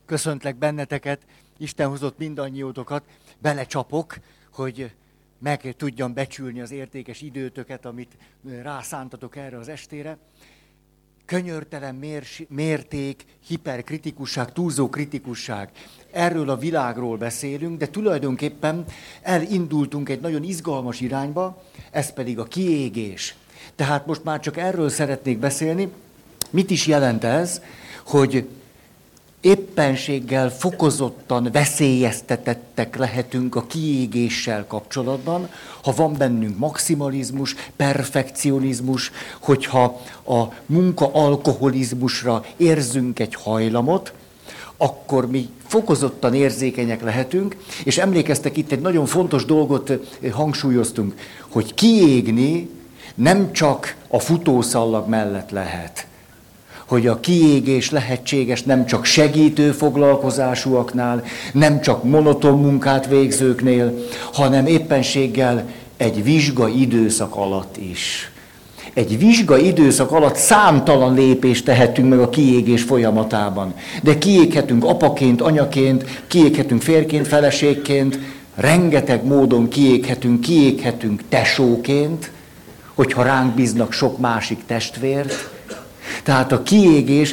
Köszöntlek benneteket, Isten hozott mindannyiótokat, belecsapok, hogy meg tudjam becsülni az értékes időtöket, amit rászántatok erre az estére. Könyörtelen mérték, hiperkritikusság, túlzó kritikusság. Erről a világról beszélünk, de tulajdonképpen elindultunk egy nagyon izgalmas irányba, ez pedig a kiégés. Tehát most már csak erről szeretnék beszélni. Mit is jelent ez, hogy éppenséggel fokozottan veszélyeztetettek lehetünk a kiégéssel kapcsolatban, ha van bennünk maximalizmus, perfekcionizmus, hogyha a munka-alkoholizmusra érzünk egy hajlamot, akkor mi fokozottan érzékenyek lehetünk, és emlékeztek, itt egy nagyon fontos dolgot hangsúlyoztunk, hogy kiégni nem csak a futószallag mellett lehet. Hogy a kiégés lehetséges nem csak segítő foglalkozásúaknál, nem csak monoton munkát végzőknél, hanem éppenséggel egy vizsga időszak alatt is. Egy vizsga időszak alatt számtalan lépést tehetünk meg a kiégés folyamatában. De kiéghetünk apaként, anyaként, kiéghetünk férjként, feleségként, rengeteg módon kiéghetünk tesóként, hogyha ránk bíznak sok másik testvért. Tehát a kiégés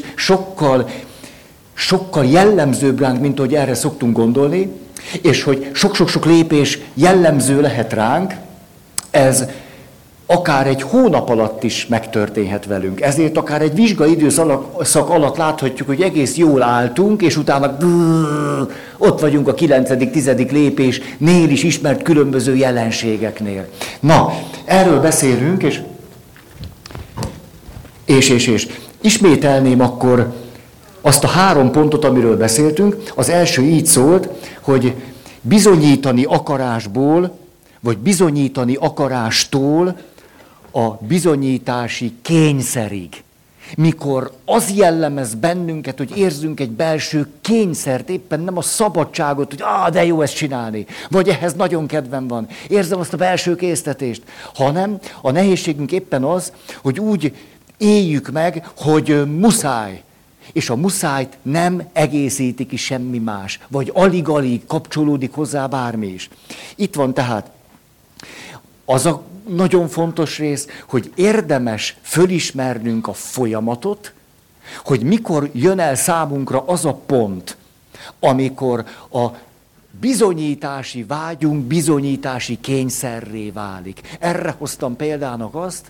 sokkal jellemzőbb ránk, mint ahogy erre szoktunk gondolni, és hogy sok-sok lépés jellemző lehet ránk, ez akár egy hónap alatt is megtörténhet velünk. Ezért akár egy vizsgai időszak alatt láthatjuk, hogy egész jól álltunk, és utána ott vagyunk a 9.-10. lépésnél is ismert különböző jelenségeknél. Na, erről beszélünk, és ismételném akkor azt a 3 pontot, amiről beszéltünk. Az első így szólt, hogy bizonyítani akarásból, vagy bizonyítani akarástól a bizonyítási kényszerig. Mikor az jellemez bennünket, hogy érzünk egy belső kényszert, éppen nem a szabadságot, hogy de jó ezt csinálni, vagy ehhez nagyon kedvem van, érzem azt a belső késztetést, hanem a nehézségünk éppen az, hogy úgy éljük meg, hogy muszáj, és a muszájt nem egészíti ki semmi más, vagy alig-alig kapcsolódik hozzá bármi is. Itt van tehát az a nagyon fontos rész, hogy érdemes fölismernünk a folyamatot, hogy mikor jön el számunkra az a pont, amikor a bizonyítási vágyunk bizonyítási kényszerré válik. Erre hoztam példának azt,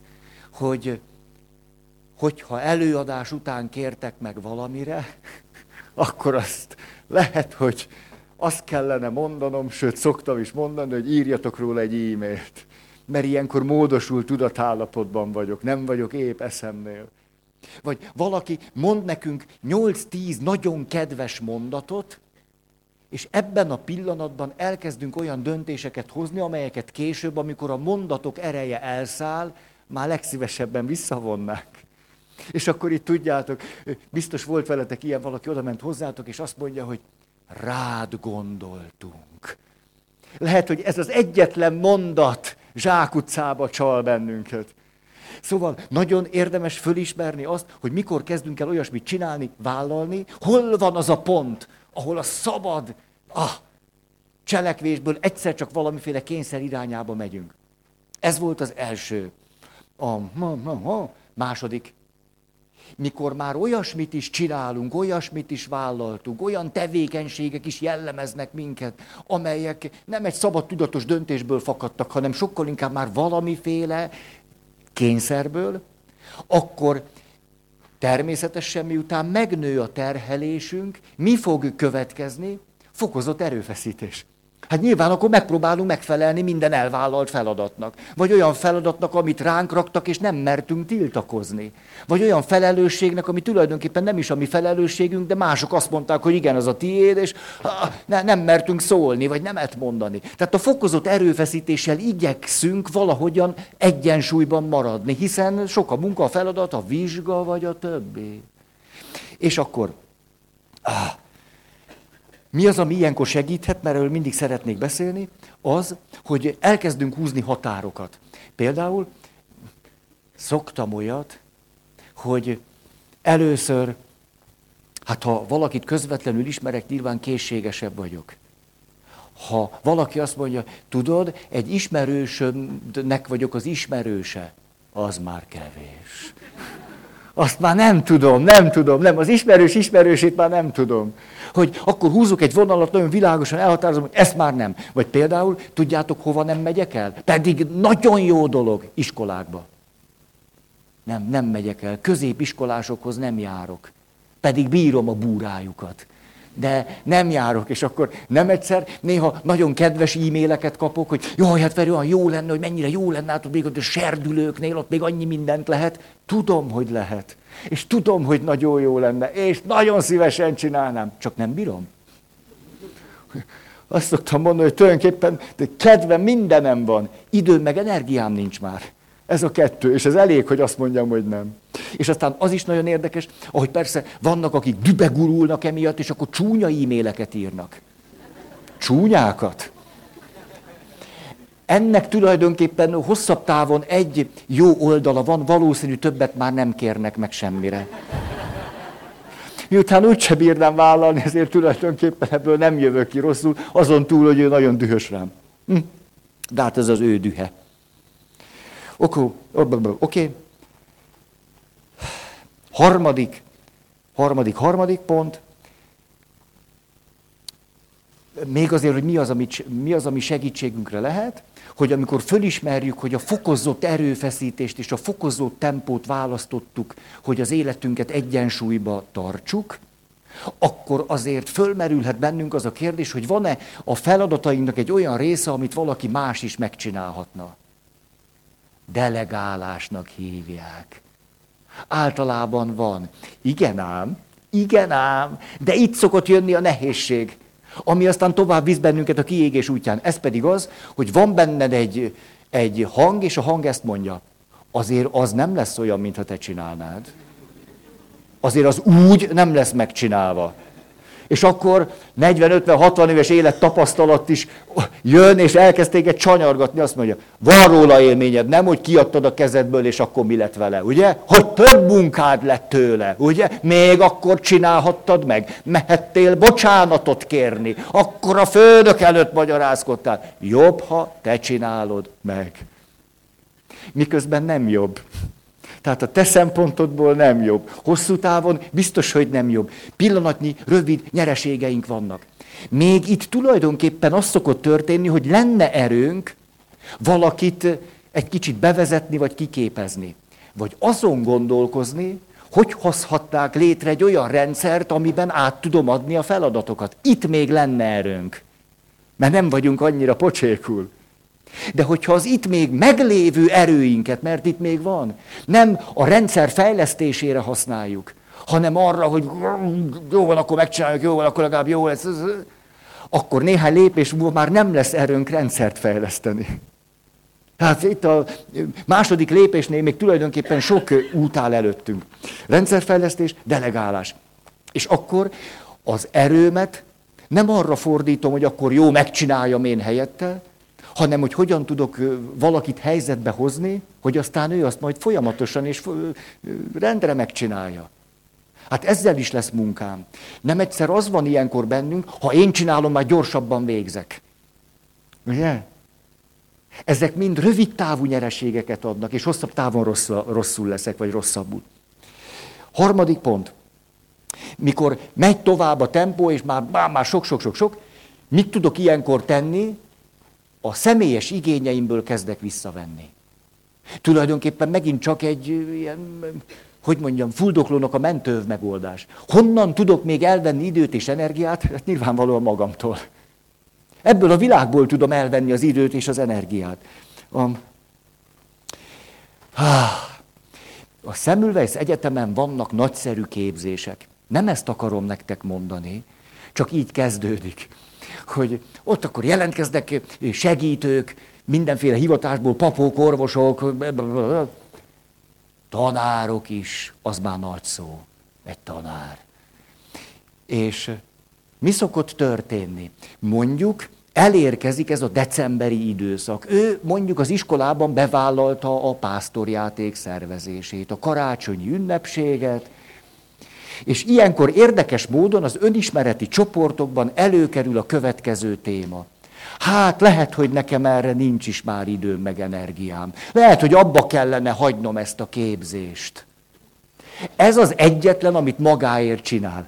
hogyha előadás után kértek meg valamire, akkor azt lehet, hogy azt kellene mondanom, sőt szoktam is mondani, hogy írjatok róla egy e-mailt. Mert ilyenkor módosult tudatállapotban vagyok, nem vagyok épp eszemnél. Vagy valaki mond nekünk 8-10 nagyon kedves mondatot, és ebben a pillanatban elkezdünk olyan döntéseket hozni, amelyeket később, amikor a mondatok ereje elszáll, már legszívesebben visszavonnák. És akkor itt tudjátok, biztos volt veletek ilyen, valaki odament hozzátok, és azt mondja, hogy rád gondoltunk. Lehet, hogy ez az egyetlen mondat zsákutcába csal bennünket. Szóval nagyon érdemes fölismerni azt, hogy mikor kezdünk el olyasmit csinálni, vállalni, hol van az a pont, ahol a szabad cselekvésből egyszer csak valamiféle kényszer irányába megyünk. Ez volt az első. Második. Mikor már olyasmit is csinálunk, olyasmit is vállaltunk, olyan tevékenységek is jellemeznek minket, amelyek nem egy szabad tudatos döntésből fakadtak, hanem sokkal inkább már valamiféle kényszerből, akkor természetesen miután megnő a terhelésünk, mi fog következni? Fokozott erőfeszítés. Hát nyilván akkor megpróbálunk megfelelni minden elvállalt feladatnak. Vagy olyan feladatnak, amit ránk raktak, és nem mertünk tiltakozni. Vagy olyan felelősségnek, ami tulajdonképpen nem is a mi felelősségünk, de mások azt mondták, hogy igen, az a tiéd, és nem mertünk szólni, vagy nemet mondani. Tehát a fokozott erőfeszítéssel igyekszünk valahogyan egyensúlyban maradni, hiszen sok a munka, a feladat, a vizsga, vagy a többi. És akkor... Mi az, ami ilyenkor segíthet, mert erről mindig szeretnék beszélni, az, hogy elkezdünk húzni határokat. Például szoktam olyat, hogy először Hát ha valakit közvetlenül ismerek, nyilván készségesebb vagyok. Ha valaki azt mondja, tudod, egy ismerősömnek vagyok az ismerőse, az már kevés. Azt már nem tudom, az ismerősét már nem tudom. Hogy akkor húzok egy vonalat, nagyon világosan elhatározom, hogy ezt már nem. Vagy például, tudjátok, hova nem megyek el? Pedig nagyon jó dolog, iskolákba. Nem megyek el, középiskolásokhoz nem járok. Pedig bírom a búrájukat. De nem járok, és akkor nem egyszer, néha nagyon kedves e-maileket kapok, hogy jaj, hát Feri, olyan jó lenne, hogy mennyire jó lenne, hát ott még ott a serdülőknél, ott még annyi mindent lehet. Tudom, hogy lehet. És tudom, hogy nagyon jó lenne, és nagyon szívesen csinálnám, csak nem bírom. Azt szoktam mondani, hogy tulajdonképpen kedvem mindenem van, időm meg energiám nincs már. Ez a kettő, és ez elég, hogy azt mondjam, hogy nem. És aztán az is nagyon érdekes, ahogy persze vannak, akik dübegurulnak emiatt, és akkor csúnya e-maileket írnak. Csúnyákat. Ennek tulajdonképpen hosszabb távon egy jó oldala van, valószínű többet már nem kérnek meg semmire. Miután úgyse bírnám vállalni, ezért tulajdonképpen ebből nem jövök ki rosszul, azon túl, hogy ő nagyon dühös rám. De hát ez az ő dühe. Oké. Harmadik pont. Még azért, hogy mi az, ami segítségünkre lehet, hogy amikor fölismerjük, hogy a fokozott erőfeszítést és a fokozott tempót választottuk, hogy az életünket egyensúlyba tartsuk, akkor azért fölmerülhet bennünk az a kérdés, hogy van-e a feladatainknak egy olyan része, amit valaki más is megcsinálhatna. Delegálásnak hívják. Általában van. Igen ám, de itt szokott jönni a nehézség, ami aztán tovább visz bennünket a kiégés útján. Ez pedig az, hogy van benned egy hang, és a hang ezt mondja. Azért az nem lesz olyan, mintha te csinálnád. Azért az úgy nem lesz megcsinálva. És akkor 40-50-60 éves élettapasztalat is jön, és elkezd téged csanyargatni, azt mondja, van róla élményed, nem, hogy kiadtad a kezedből, és akkor mi lett vele, ugye? Hogy több munkád lett tőle, ugye? Még akkor csinálhattad meg, mehettél bocsánatot kérni, akkor a főnök előtt magyarázkodtál. Jobb, ha te csinálod meg. Miközben nem jobb. Tehát a te szempontodból nem jobb. Hosszú távon biztos, hogy nem jobb. Pillanatnyi, rövid nyereségeink vannak. Még itt tulajdonképpen az szokott történni, hogy lenne erőnk valakit egy kicsit bevezetni, vagy kiképezni. Vagy azon gondolkozni, hogy hozhatnák létre egy olyan rendszert, amiben át tudom adni a feladatokat. Itt még lenne erőnk. Mert nem vagyunk annyira pocsékul. De hogyha az itt még meglévő erőinket, mert itt még van, nem a rendszer fejlesztésére használjuk, hanem arra, hogy jó van, akkor megcsináljuk, jó van, akkor legalább jó lesz, akkor néhány lépés múlva már nem lesz erőnk rendszert fejleszteni. Tehát itt a második lépésnél még tulajdonképpen sok út áll előttünk. Rendszerfejlesztés, delegálás. És akkor az erőmet nem arra fordítom, hogy akkor jó, megcsináljam én helyette, hanem hogy hogyan tudok valakit helyzetbe hozni, hogy aztán ő azt majd folyamatosan és rendre megcsinálja. Hát ezzel is lesz munkám. Nem egyszer az van ilyenkor bennünk, ha én csinálom, már gyorsabban végzek. Ugye? Ezek mind rövid távú nyereségeket adnak, és hosszabb távon rosszul leszek, vagy rosszabbul. Harmadik pont. Mikor megy tovább a tempó, és már sok, mit tudok ilyenkor tenni? A személyes igényeimből kezdek visszavenni. Tulajdonképpen megint csak egy ilyen, fuldoklónak a mentőv megoldás. Honnan tudok még elvenni időt és energiát? Hát nyilvánvalóan magamtól. Ebből a világból tudom elvenni az időt és az energiát. A Semmelweis Egyetemen vannak nagyszerű képzések. Nem ezt akarom nektek mondani, csak így kezdődik. Hogy ott akkor jelentkeznek segítők, mindenféle hivatásból, papok, orvosok, tanárok is, az már nagy szó, egy tanár. És mi szokott történni? Mondjuk elérkezik ez a decemberi időszak. Ő mondjuk az iskolában bevállalta a pásztorjáték szervezését, a karácsonyi ünnepséget, És ilyenkor érdekes módon az önismereti csoportokban előkerül a következő téma. Hát lehet, hogy nekem erre nincs is már időm meg energiám. Lehet, hogy abba kellene hagynom ezt a képzést. Ez az egyetlen, amit magáért csinál.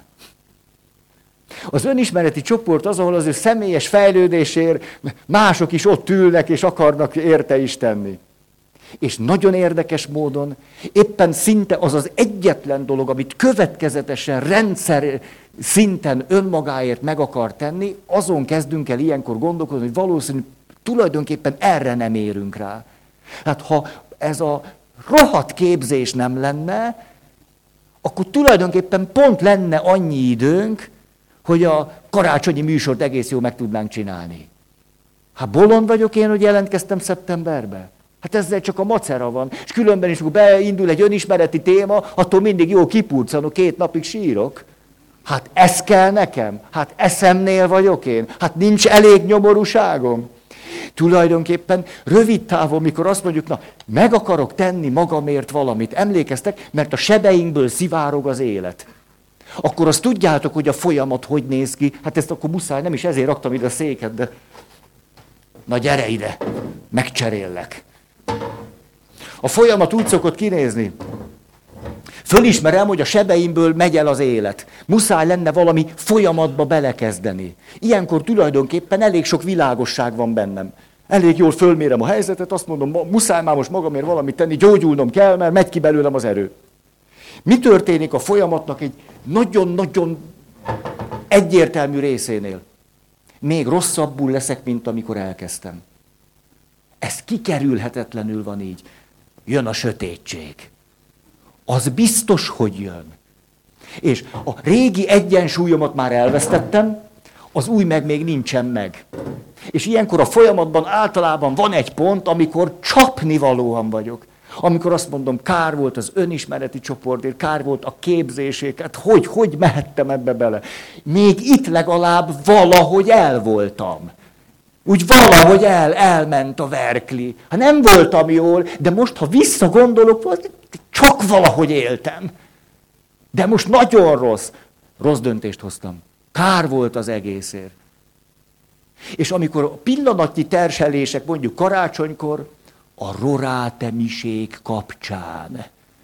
Az önismereti csoport az, ahol az ő személyes fejlődésért mások is ott ülnek és akarnak érte is tenni. És nagyon érdekes módon éppen szinte az az egyetlen dolog, amit következetesen, rendszer szinten önmagáért meg akar tenni, azon kezdünk el ilyenkor gondolkodni, hogy valószínűleg tulajdonképpen erre nem érünk rá. Hát ha ez a rohadt képzés nem lenne, akkor tulajdonképpen pont lenne annyi időnk, hogy a karácsonyi műsort egész jól meg tudnánk csinálni. Hát bolond vagyok én, hogy jelentkeztem szeptemberbe? Hát ezzel csak a macera van. És különben is, amikor beindul egy önismereti téma, attól mindig jó kipurcanok, 2 napig sírok. Hát ez kell nekem? Hát eszemnél vagyok én? Hát nincs elég nyomorúságom? Tulajdonképpen rövid távon, mikor azt mondjuk, na, meg akarok tenni magamért valamit, emlékeztek, mert a sebeinkből szivárog az élet. Akkor azt tudjátok, hogy a folyamat hogy néz ki. Hát ezt akkor muszáj, nem is ezért raktam ide a széket, de... Na gyere ide, megcseréllek. A folyamat úgy szokott kinézni. Fölismerem, hogy a sebeimből megy el az élet. Muszáj lenne valami folyamatba belekezdeni. Ilyenkor tulajdonképpen elég sok világosság van bennem. Elég jól fölmérem a helyzetet, azt mondom, muszáj már most magamért valamit tenni, gyógyulnom kell, mert megy ki belőlem az erő. Mi történik a folyamatnak egy nagyon-nagyon egyértelmű részénél? Még rosszabbul leszek, mint amikor elkezdtem. Ez kikerülhetetlenül van így. Jön a sötétség. Az biztos, hogy jön. És a régi egyensúlyomat már elvesztettem, az új meg még nincsen meg. És ilyenkor a folyamatban általában van egy pont, amikor csapnivalóan vagyok. Amikor azt mondom, kár volt az önismereti csoportért, kár volt a képzéséket, hogy mehettem ebbe bele. Még itt legalább valahogy el voltam. Úgy valahogy elment a verkli. Hát nem voltam jól, de most, ha visszagondolok, csak valahogy éltem. De most nagyon rossz döntést hoztam. Kár volt az egészért. És amikor a pillanatnyi terhelések, mondjuk karácsonykor, a rorátemiség kapcsán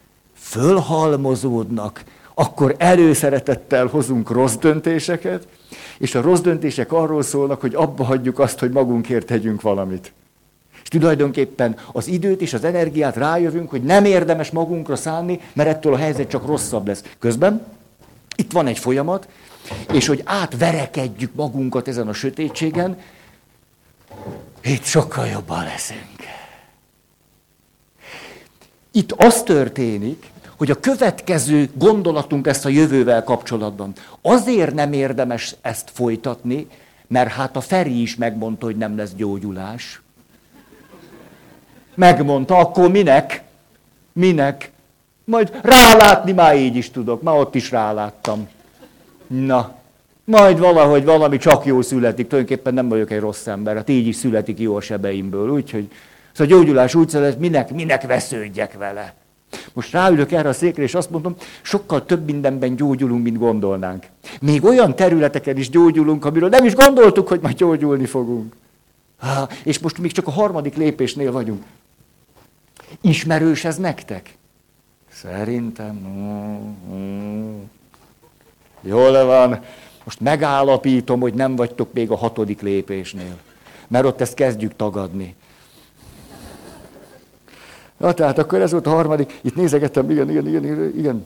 fölhalmozódnak, akkor előszeretettel hozunk rossz döntéseket, és a rossz döntések arról szólnak, hogy abba hagyjuk azt, hogy magunkért tegyünk valamit. És tulajdonképpen az időt és az energiát rájövünk, hogy nem érdemes magunkra szánni, mert ettől a helyzet csak rosszabb lesz. Közben itt van egy folyamat, és hogy átverekedjük magunkat ezen a sötétségen, itt sokkal jobban leszünk. Itt az történik, hogy a következő gondolatunk lesz a jövővel kapcsolatban. Azért nem érdemes ezt folytatni, mert hát a Feri is megmondta, hogy nem lesz gyógyulás. Megmondta, akkor minek? Minek? Majd rálátni már így is tudok, már ott is ráláttam. Na, majd valahogy valami csak jó születik, tulajdonképpen nem vagyok egy rossz ember, hát így is születik jó a sebeimből, úgyhogy szóval a gyógyulás úgy szól, minek vesződjek vele. Most ráülök erre a székre, és azt mondom, sokkal több mindenben gyógyulunk, mint gondolnánk. Még olyan területeken is gyógyulunk, amiről nem is gondoltuk, hogy majd gyógyulni fogunk. És most még csak a 3. lépésnél vagyunk. Ismerős ez nektek? Szerintem. Jól van. Most megállapítom, hogy nem vagytok még a 6. lépésnél. Mert ott ezt kezdjük tagadni. Na, tehát akkor ez volt a 3. Itt nézegettem, igen.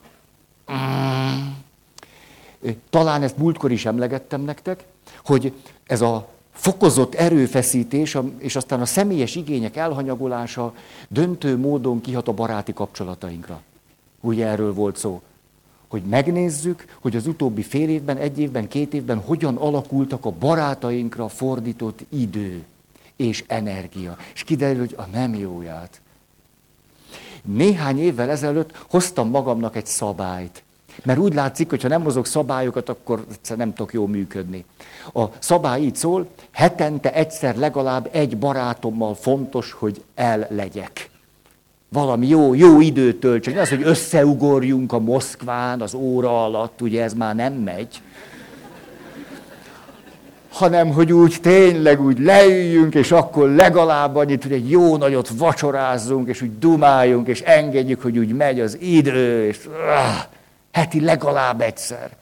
Talán ezt múltkor is emlegettem nektek, hogy ez a fokozott erőfeszítés, és aztán a személyes igények elhanyagolása döntő módon kihat a baráti kapcsolatainkra. Ugye erről volt szó. Hogy megnézzük, hogy az utóbbi fél évben, 1 évben, 2 évben hogyan alakultak a barátainkra fordított idő és energia. És kiderül, hogy a nem jóját. Néhány évvel ezelőtt hoztam magamnak egy szabályt. Mert úgy látszik, hogy ha nem hozok szabályokat, akkor nem tudok jól működni. A szabály így szól, hetente egyszer legalább egy barátommal fontos, hogy el legyek. Valami jó időt töltsünk. Nem az, hogy összeugorjunk a Moszkván az óra alatt, ugye ez már nem megy. Hanem, hogy úgy tényleg úgy leüljünk, és akkor legalább annyit, hogy egy jó nagyot vacsorázzunk, és úgy dumáljunk, és engedjük, hogy úgy megy az idő, és heti legalább egyszer.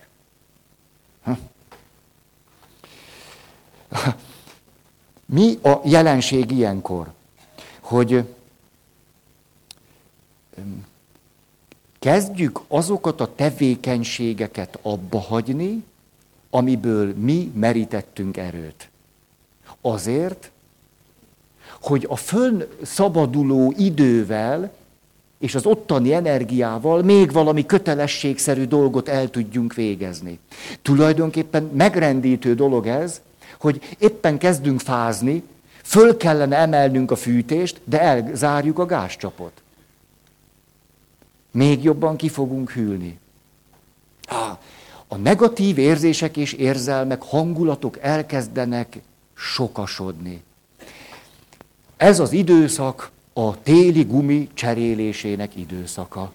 Mi a jelenség ilyenkor? Hogy kezdjük azokat a tevékenységeket abba hagyni, amiből mi merítettünk erőt. Azért, hogy a fölszabaduló idővel és az ottani energiával még valami kötelességszerű dolgot el tudjunk végezni. Tulajdonképpen megrendítő dolog ez, hogy éppen kezdünk fázni, föl kellene emelnünk a fűtést, de elzárjuk a gázcsapot. Még jobban ki fogunk hűlni. A negatív érzések és érzelmek, hangulatok elkezdenek sokasodni. Ez az időszak a téli gumi cserélésének időszaka.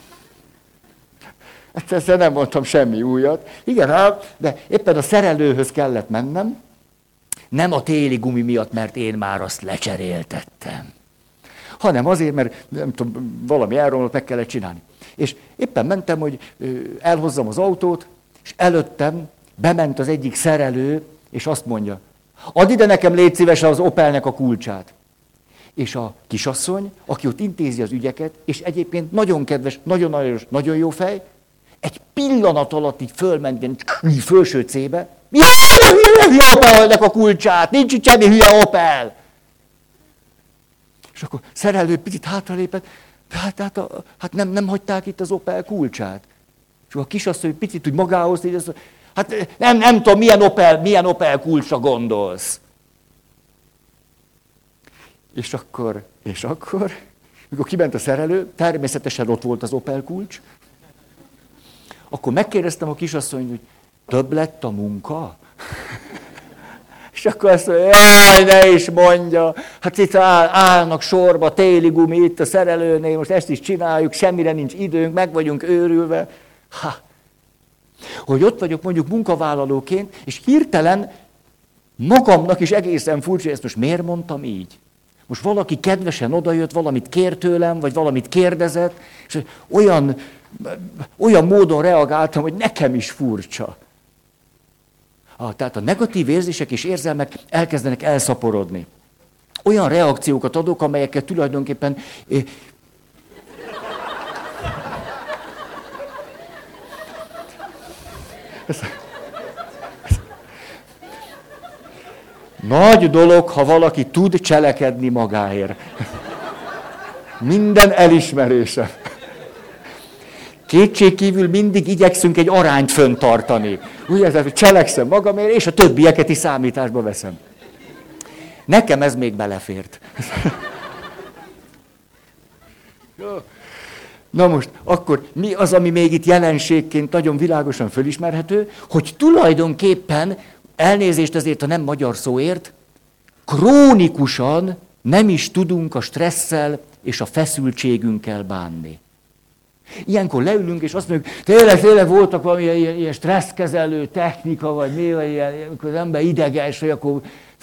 Ezzel nem mondtam semmi újat. Igen, de éppen a szerelőhöz kellett mennem, nem a téli gumi miatt, mert én már azt lecseréltettem, hanem azért, mert nem tudom, valami elromlott, meg kellett csinálni. És éppen mentem, hogy elhozzam az autót, és előttem bement az egyik szerelő, és azt mondja, add ide nekem, légy szívesen az Opelnek a kulcsát. És a kisasszony, aki ott intézi az ügyeket, és egyébként nagyon kedves, nagyon aranyos, nagyon jó fej, egy pillanat alatt így fölment, így fölső C-be, hülye Opelnek a kulcsát, nincs itt semmi hülye Opel. És akkor szerelő picit hátralépett, hát nem hagyták itt az Opel kulcsát. És a kisasszony picit úgy magához, így azt mondja, hát nem tudom, milyen Opel kulcsra gondolsz. És akkor, mikor kiment a szerelő, természetesen ott volt az Opel kulcs, akkor megkérdeztem a kisasszonyt, hogy több lett a munka? És akkor azt mondja, jaj, ne is mondja, hát itt állnak sorba, téli gumi itt a szerelőnél, most ezt is csináljuk, semmire nincs időnk, meg vagyunk őrülve. Hogy ott vagyok mondjuk munkavállalóként, és hirtelen magamnak is egészen furcsa, hogy ezt most miért mondtam így? Most valaki kedvesen odajött, valamit kért tőlem, vagy valamit kérdezett, és olyan módon reagáltam, hogy nekem is furcsa. Tehát a negatív érzések és érzelmek elkezdenek elszaporodni. Olyan reakciókat adok, amelyeket tulajdonképpen... Nagy dolog, ha valaki tud cselekedni magáért. Minden elismerésem. Kétségkívül mindig igyekszünk egy arányt föntartani. Úgy érzem, hogy cselekszem magamért, és a többieket is számításba veszem. Nekem ez még belefért. Na most, akkor mi az, ami még itt jelenségként nagyon világosan fölismerhető, hogy tulajdonképpen, elnézést ezért a nem magyar szóért, krónikusan nem is tudunk a stresszel és a feszültségünkkel bánni. Ilyenkor leülünk, és azt mondjuk, tényleg voltak valami ilyen stresszkezelő technika, vagy mi, vagy ilyen, amikor az ember ideges, vagy akkor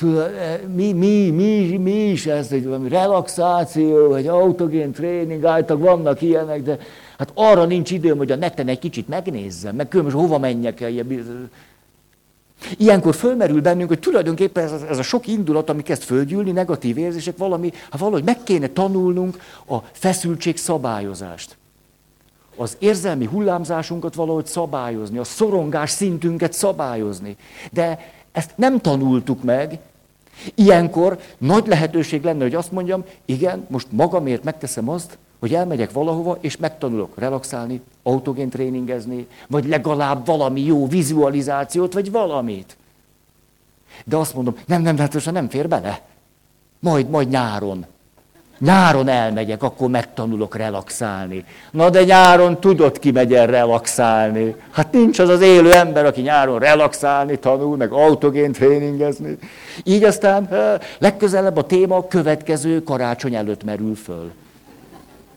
mi is ez, hogy valami relaxáció, vagy autogén tréning, állítólag vannak ilyenek, de hát arra nincs időm, hogy a neten egy kicsit megnézzem, meg különböző hova menjek el. Ilyenkor fölmerül bennünk, hogy tulajdonképpen ez a sok indulat, ami kezd fölgyűlni, negatív érzések, valahogy meg kéne tanulnunk a feszültség szabályozást. Az érzelmi hullámzásunkat valahogy szabályozni, a szorongás szintünket szabályozni. De ezt nem tanultuk meg. Ilyenkor nagy lehetőség lenne, hogy azt mondjam, igen, most magamért megteszem azt, hogy elmegyek valahova, és megtanulok relaxálni, autogén tréningezni, vagy legalább valami jó vizualizációt, vagy valamit. De azt mondom, nem, hát nem fér bele. Majd nyáron. Nyáron elmegyek, akkor megtanulok relaxálni. Na de nyáron tudod, ki megy el relaxálni. Hát nincs az az élő ember, aki nyáron relaxálni tanul, meg autogén tréningezni. Így aztán legközelebb a téma következő karácsony előtt merül föl.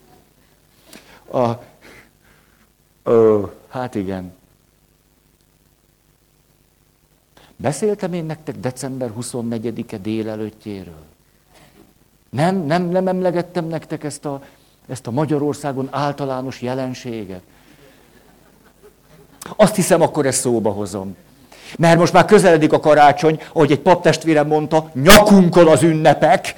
Hát igen. Beszéltem én nektek december 24-e délelőttjéről? Nem emlegettem nektek ezt a Magyarországon általános jelenséget? Azt hiszem, akkor ezt szóba hozom. Mert most már közeledik a karácsony, ahogy egy paptestvérem mondta, nyakunkon az ünnepek.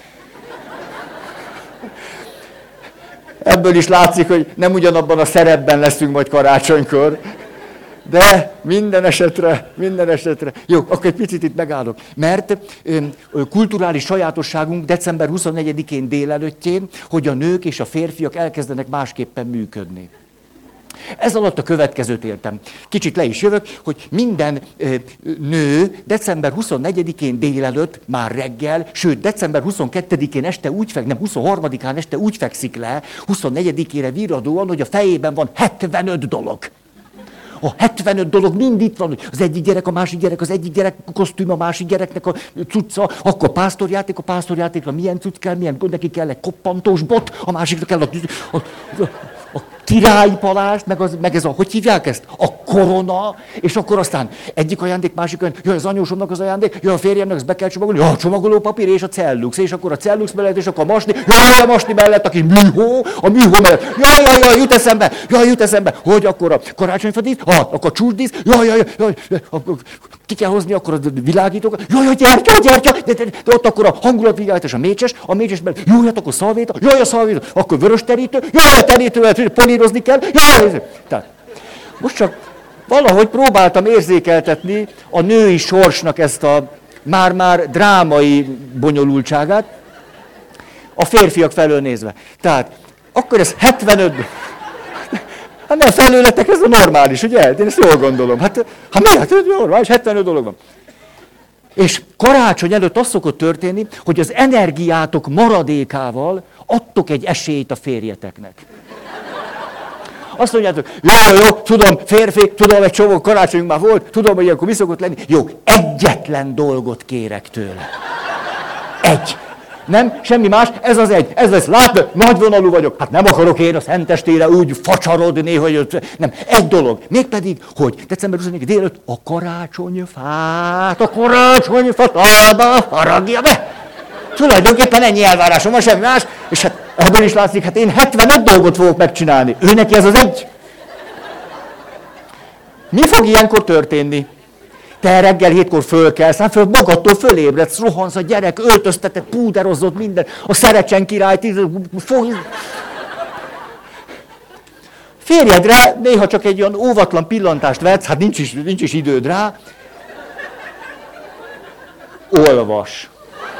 Ebből is látszik, hogy nem ugyanabban a szerepben leszünk majd karácsonykor. De minden esetre. Jó, akkor egy picit itt megállok. Mert kulturális sajátosságunk december 24-én délelőttjén, hogy a nők és a férfiak elkezdenek másképpen működni. Ez alatt a következőt értem. Kicsit le is jövök, hogy minden nő december 24-én délelőtt, már reggel, sőt december 22-én este úgy fekszik, nem 23-án este úgy fekszik le, 24-ére virradóan, hogy a fejében van 75 dolog. A 75 dolog mind itt van, hogy az egyik gyerek, a másik gyerek, az egyik gyerek kosztüm, a másik gyereknek a cucca, akkor a pásztorjátékra milyen cucc kell, neki kell egy koppantós bot, a másikra kell a királypalás, meg ez hogy hívják ezt? A korona, és akkor aztán egyik ajándék, másik ajándék, jaj, az anyósomnak az ajándék, jaj, a férjemnek, ezt be kell csomagolni, jaj, a csomagolópapír és a cellux, és akkor a cellux mellett, és akkor a masni, jaj, a masni mellett, aki műhó, a műhó mellett, jaj, jut eszembe, hogy akkor a karácsonyfadísz, akkor a csúcsdísz, jaj, ki kell hozni akkor a világítókat, jaj, gyertya, de ott akkor a hangulatvilágítás, a mécses mellett, jó, hát akkor szalvéta, jaj, a szalvéta, akkor vörös terítő, jaj, a terítővel polírozni kell, jaj, tehát most csak valahogy próbáltam érzékeltetni a női sorsnak ezt a már drámai bonyolultságát, a férfiak felől nézve. Tehát akkor ez 75... Hát nem felőletek, ez a normális, ugye? Én ezt jól gondolom. Hát mi? Hát normális, 75 dolog van. És karácsony előtt az szokott történni, hogy az energiátok maradékával adtok egy esélyt a férjeteknek. Azt mondjátok, jó, tudom, férfi, tudom, egy csomó karácsonyunk már volt, tudom, hogy ilyenkor mi szokott lenni. Jó, egyetlen dolgot kérek tőle. Egy. Nem, semmi más, ez az egy. Ez lesz, látod, nagyvonalú vagyok. Hát nem akarok én a szentestére úgy facsarodni, hogy... Nem, egy dolog. Mégpedig, hogy december 24 délután a karácsonyfát haragja be. Tulajdonképpen ennyi elvárásom van, semmi más. És hát ebből is látszik, hát én 75 dolgot fogok megcsinálni. Ő neki ez az egy. Mi fog ilyenkor történni? Te reggel 7-kor fölkelsz, hát magadtól fölébredsz, rohansz a gyerek, öltöztetett, púderozott minden, a Szerecsen király, férjedre néha csak egy olyan óvatlan pillantást vetsz, hát nincs is időd rá, olvas.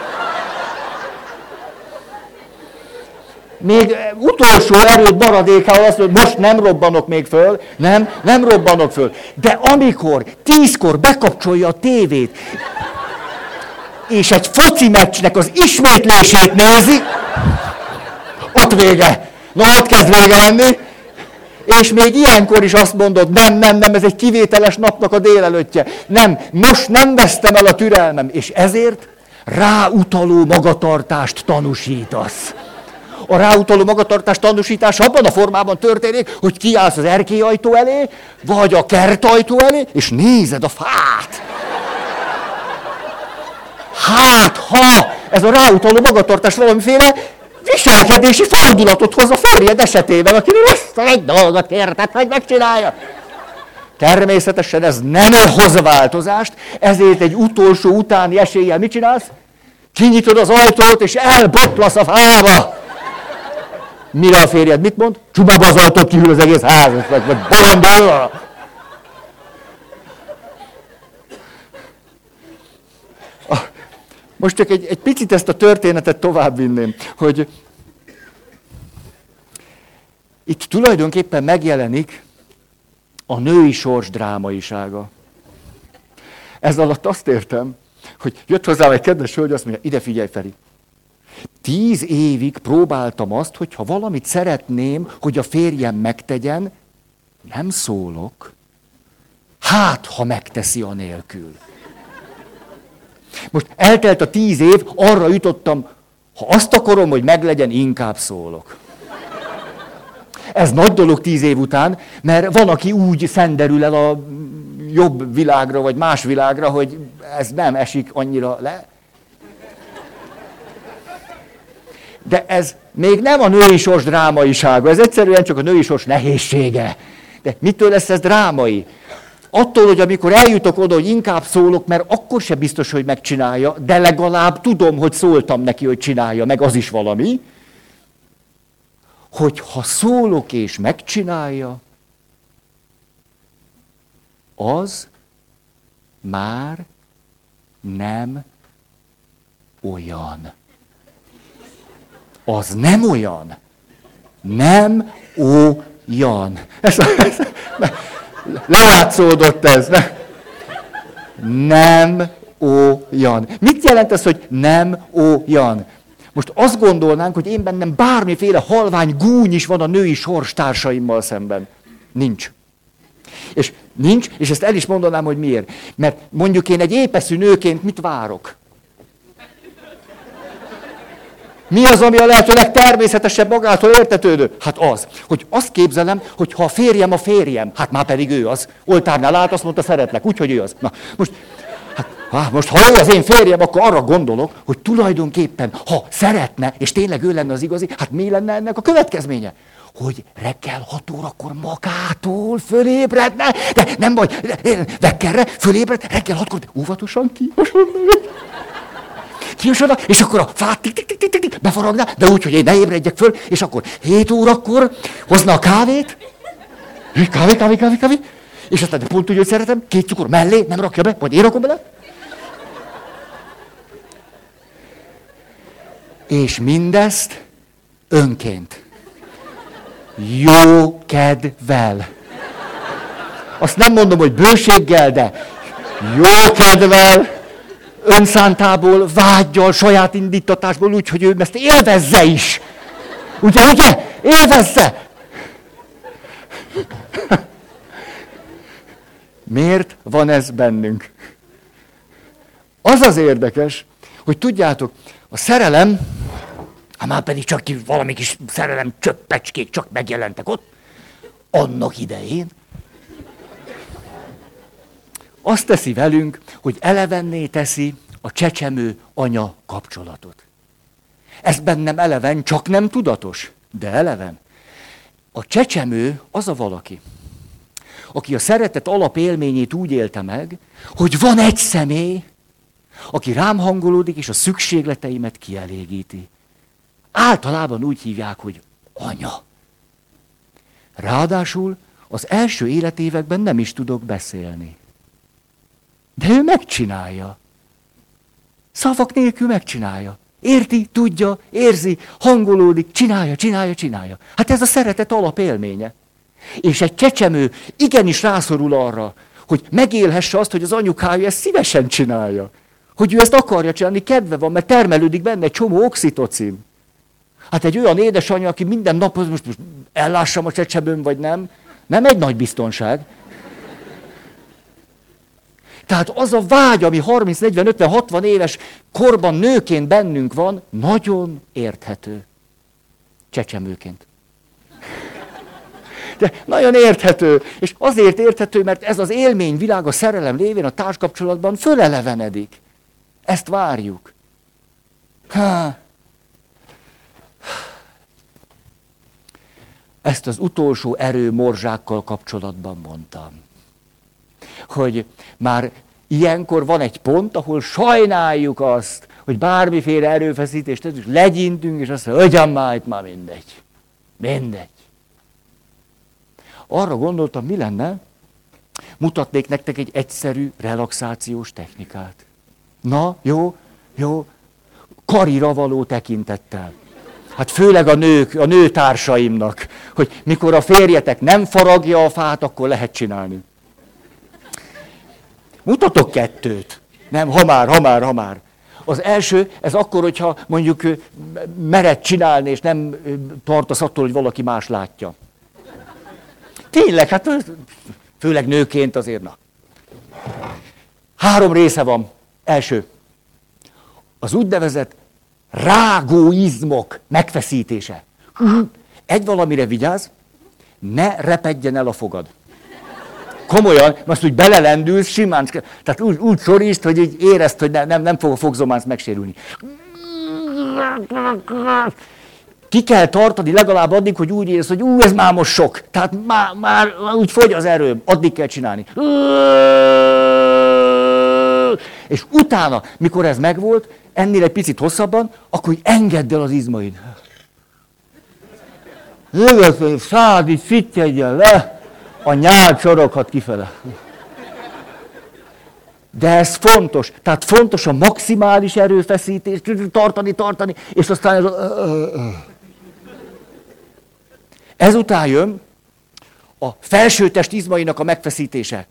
Még utolsó erőd maradékával azt mondja, most nem robbanok még föl, nem robbanok föl. De amikor 10-kor bekapcsolja a tévét, és egy foci meccsnek az ismétlését nézi, ott vége. Na, ott kezd vége lenni. És még ilyenkor is azt mondod, nem, ez egy kivételes napnak a délelőttje. Nem, most nem vesztem el a türelmem, és ezért ráutaló magatartást tanúsítasz. A ráutaló magatartás tanúsítás abban a formában történik, hogy kiállsz az erkélyajtó elé, vagy a kertajtó elé, és nézed a fát. Hát, ha ez a ráutaló magatartás valamiféle viselkedési fordulatot hoz a férjed esetében, akinek ezt egy dolgot kérted, hogy megcsinálja. Természetesen ez nem hoz változást, ezért egy utolsó utáni eséllyel mit csinálsz? Kinyitod az ajtót, és elbotlasz a fába. Mire a férjed mit mond? Csubába az ajtót, kívül az egész ház, vagy bolondul. Most csak egy picit ezt a történetet továbbvinném, hogy itt tulajdonképpen megjelenik a női sors drámaisága. Ez alatt azt értem, hogy jött hozzám egy kedves hölgy, azt mondja, ide figyelj, Feri. 10 évig próbáltam azt, hogy ha valamit szeretném, hogy a férjem megtegyen, nem szólok. Hát, ha megteszi anélkül. Most eltelt a 10 év, arra jutottam, ha azt akarom, hogy meglegyen, inkább szólok. Ez nagy dolog 10 év után, mert van, aki úgy szenderül el a jobb világra, vagy más világra, hogy ez nem esik annyira le. De ez még nem a női sors drámaisága, ez egyszerűen csak a női sors nehézsége. De mitől lesz ez drámai? Attól, hogy amikor eljutok oda, hogy inkább szólok, mert akkor se biztos, hogy megcsinálja, de legalább tudom, hogy szóltam neki, hogy csinálja, meg az is valami, hogy ha szólok és megcsinálja, az már nem olyan. Az nem olyan. Nem olyan. Lejátszódott ez. Nem olyan. Mit jelent ez, hogy nem olyan? Most azt gondolnánk, hogy én bennem bármiféle halvány gúny is van a női sorstársaimmal szemben. Nincs. És nincs, és ezt el is mondanám, hogy miért. Mert mondjuk én egy épeszű nőként mit várok? Mi az, ami a lehető legtermészetesebb, magától értetődő? Hát az, hogy azt képzelem, hogy ha a férjem, hát már pedig ő az. Oltárnál állt, azt mondta, szeretlek, úgyhogy ő az. Na, most ha ő az én férjem, akkor arra gondolok, hogy tulajdonképpen, ha szeretne, és tényleg ő lenne az igazi, hát mi lenne ennek a következménye? Hogy reggel 6 órakor magától fölébredne, de nem baj, vekkerre fölébred, reggel 6-kor, óvatosan kijusodna, és akkor a fát befaragná, de úgy, hogy én ne ébredjek föl, és akkor 7 órakor hozna a kávét, kávé, és aztán pont úgy, hogy szeretem, 2 cukor mellé, nem rakja be, vagy én rakom bele. És mindezt önként. Jó kedvel. Azt nem mondom, hogy bőséggel, de jó kedvel, önszántából, vággyal, saját indítatásból, úgy, hogy ő ezt élvezze is. Ugye? Élvezze! Miért van ez bennünk? Az az érdekes, hogy tudjátok, a szerelem, már pedig csak valami kis szerelem csöppecskék csak megjelentek ott, annak idején, azt teszi velünk, hogy elevenné teszi a csecsemő anya kapcsolatot. Ez bennem eleven, csak nem tudatos, de eleven. A csecsemő az a valaki, aki a szeretet alapélményét úgy élte meg, hogy van egy személy, aki rám hangolódik, és a szükségleteimet kielégíti. Általában úgy hívják, hogy anya. Ráadásul az első életévekben nem is tudok beszélni. De ő megcsinálja. Szavak nélkül megcsinálja. Érti, tudja, érzi, hangolódik, csinálja. Hát ez a szeretet alapélménye. És egy csecsemő igenis rászorul arra, hogy megélhesse azt, hogy az anyukája ezt szívesen csinálja. Hogy ő ezt akarja csinálni, kedve van, mert termelődik benne egy csomó oxitocin. Hát egy olyan édesanyja, aki minden nap, most ellássam a csecsemőm, vagy nem, nem egy nagy biztonság. Tehát az a vágy, ami 30, 40, 50, 60 éves korban nőként bennünk van, nagyon érthető. Csecsemőként. De nagyon érthető. És azért érthető, mert ez az élményvilág a szerelem lévén a társkapcsolatban fölelevenedik. Ezt várjuk. Ezt az utolsó erőmorzsákkal kapcsolatban mondtam. Hogy már ilyenkor van egy pont, ahol sajnáljuk azt, hogy bármiféle erőfeszítést és legyintünk, és azt mondja, hogyan már itt már mindegy. Arra gondoltam, mi lenne, mutatnék nektek egy egyszerű relaxációs technikát. Na, jó, karira való tekintettel. Hát főleg a nőtársaimnak, hogy mikor a férjetek nem faragja a fát, akkor lehet csinálni. Mutatok 2. Nem, hamar. Az első, ez akkor, hogyha mondjuk mered csinálni, és nem tartasz attól, hogy valaki más látja. Tényleg, hát főleg nőként azért, na. 3 része van. Első. Az úgynevezett rágóizmok megfeszítése. Egy valamire vigyázz, ne repedjen el a fogad. Komolyan, most úgy belelendülsz, simán, tehát úgy szorítsd, hogy így érezd, hogy nem fog a fogzománc megsérülni. Ki kell tartani legalább addig, hogy úgy érez, hogy ez már most sok. Tehát már úgy fogy az erőm, addig kell csinálni. És utána, mikor ez megvolt, ennél egy picit hosszabban, akkor úgy engedd el az izmaid. Szád így fittyedjen le, a nyál csoroghat kifele. De ez fontos. Tehát fontos a maximális erőfeszítés, tartani, és aztán ez ezután jön a felsőtest izmainak a megfeszítése.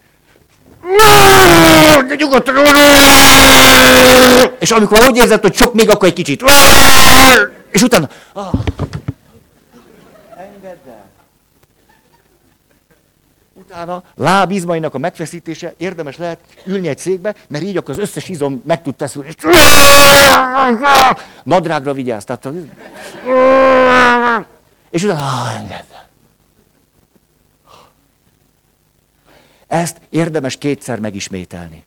És amikor úgy érzed, hogy sok, még akkor egy kicsit. És utána... Engedd el. Utána lábizmainak a megfeszítése, érdemes lehet ülni egy székbe, mert így akkor az összes izom meg tud feszülni. Nadrágra vigyázz. Tehát... És utána... Engedd el. Ezt érdemes 2-szer megismételni.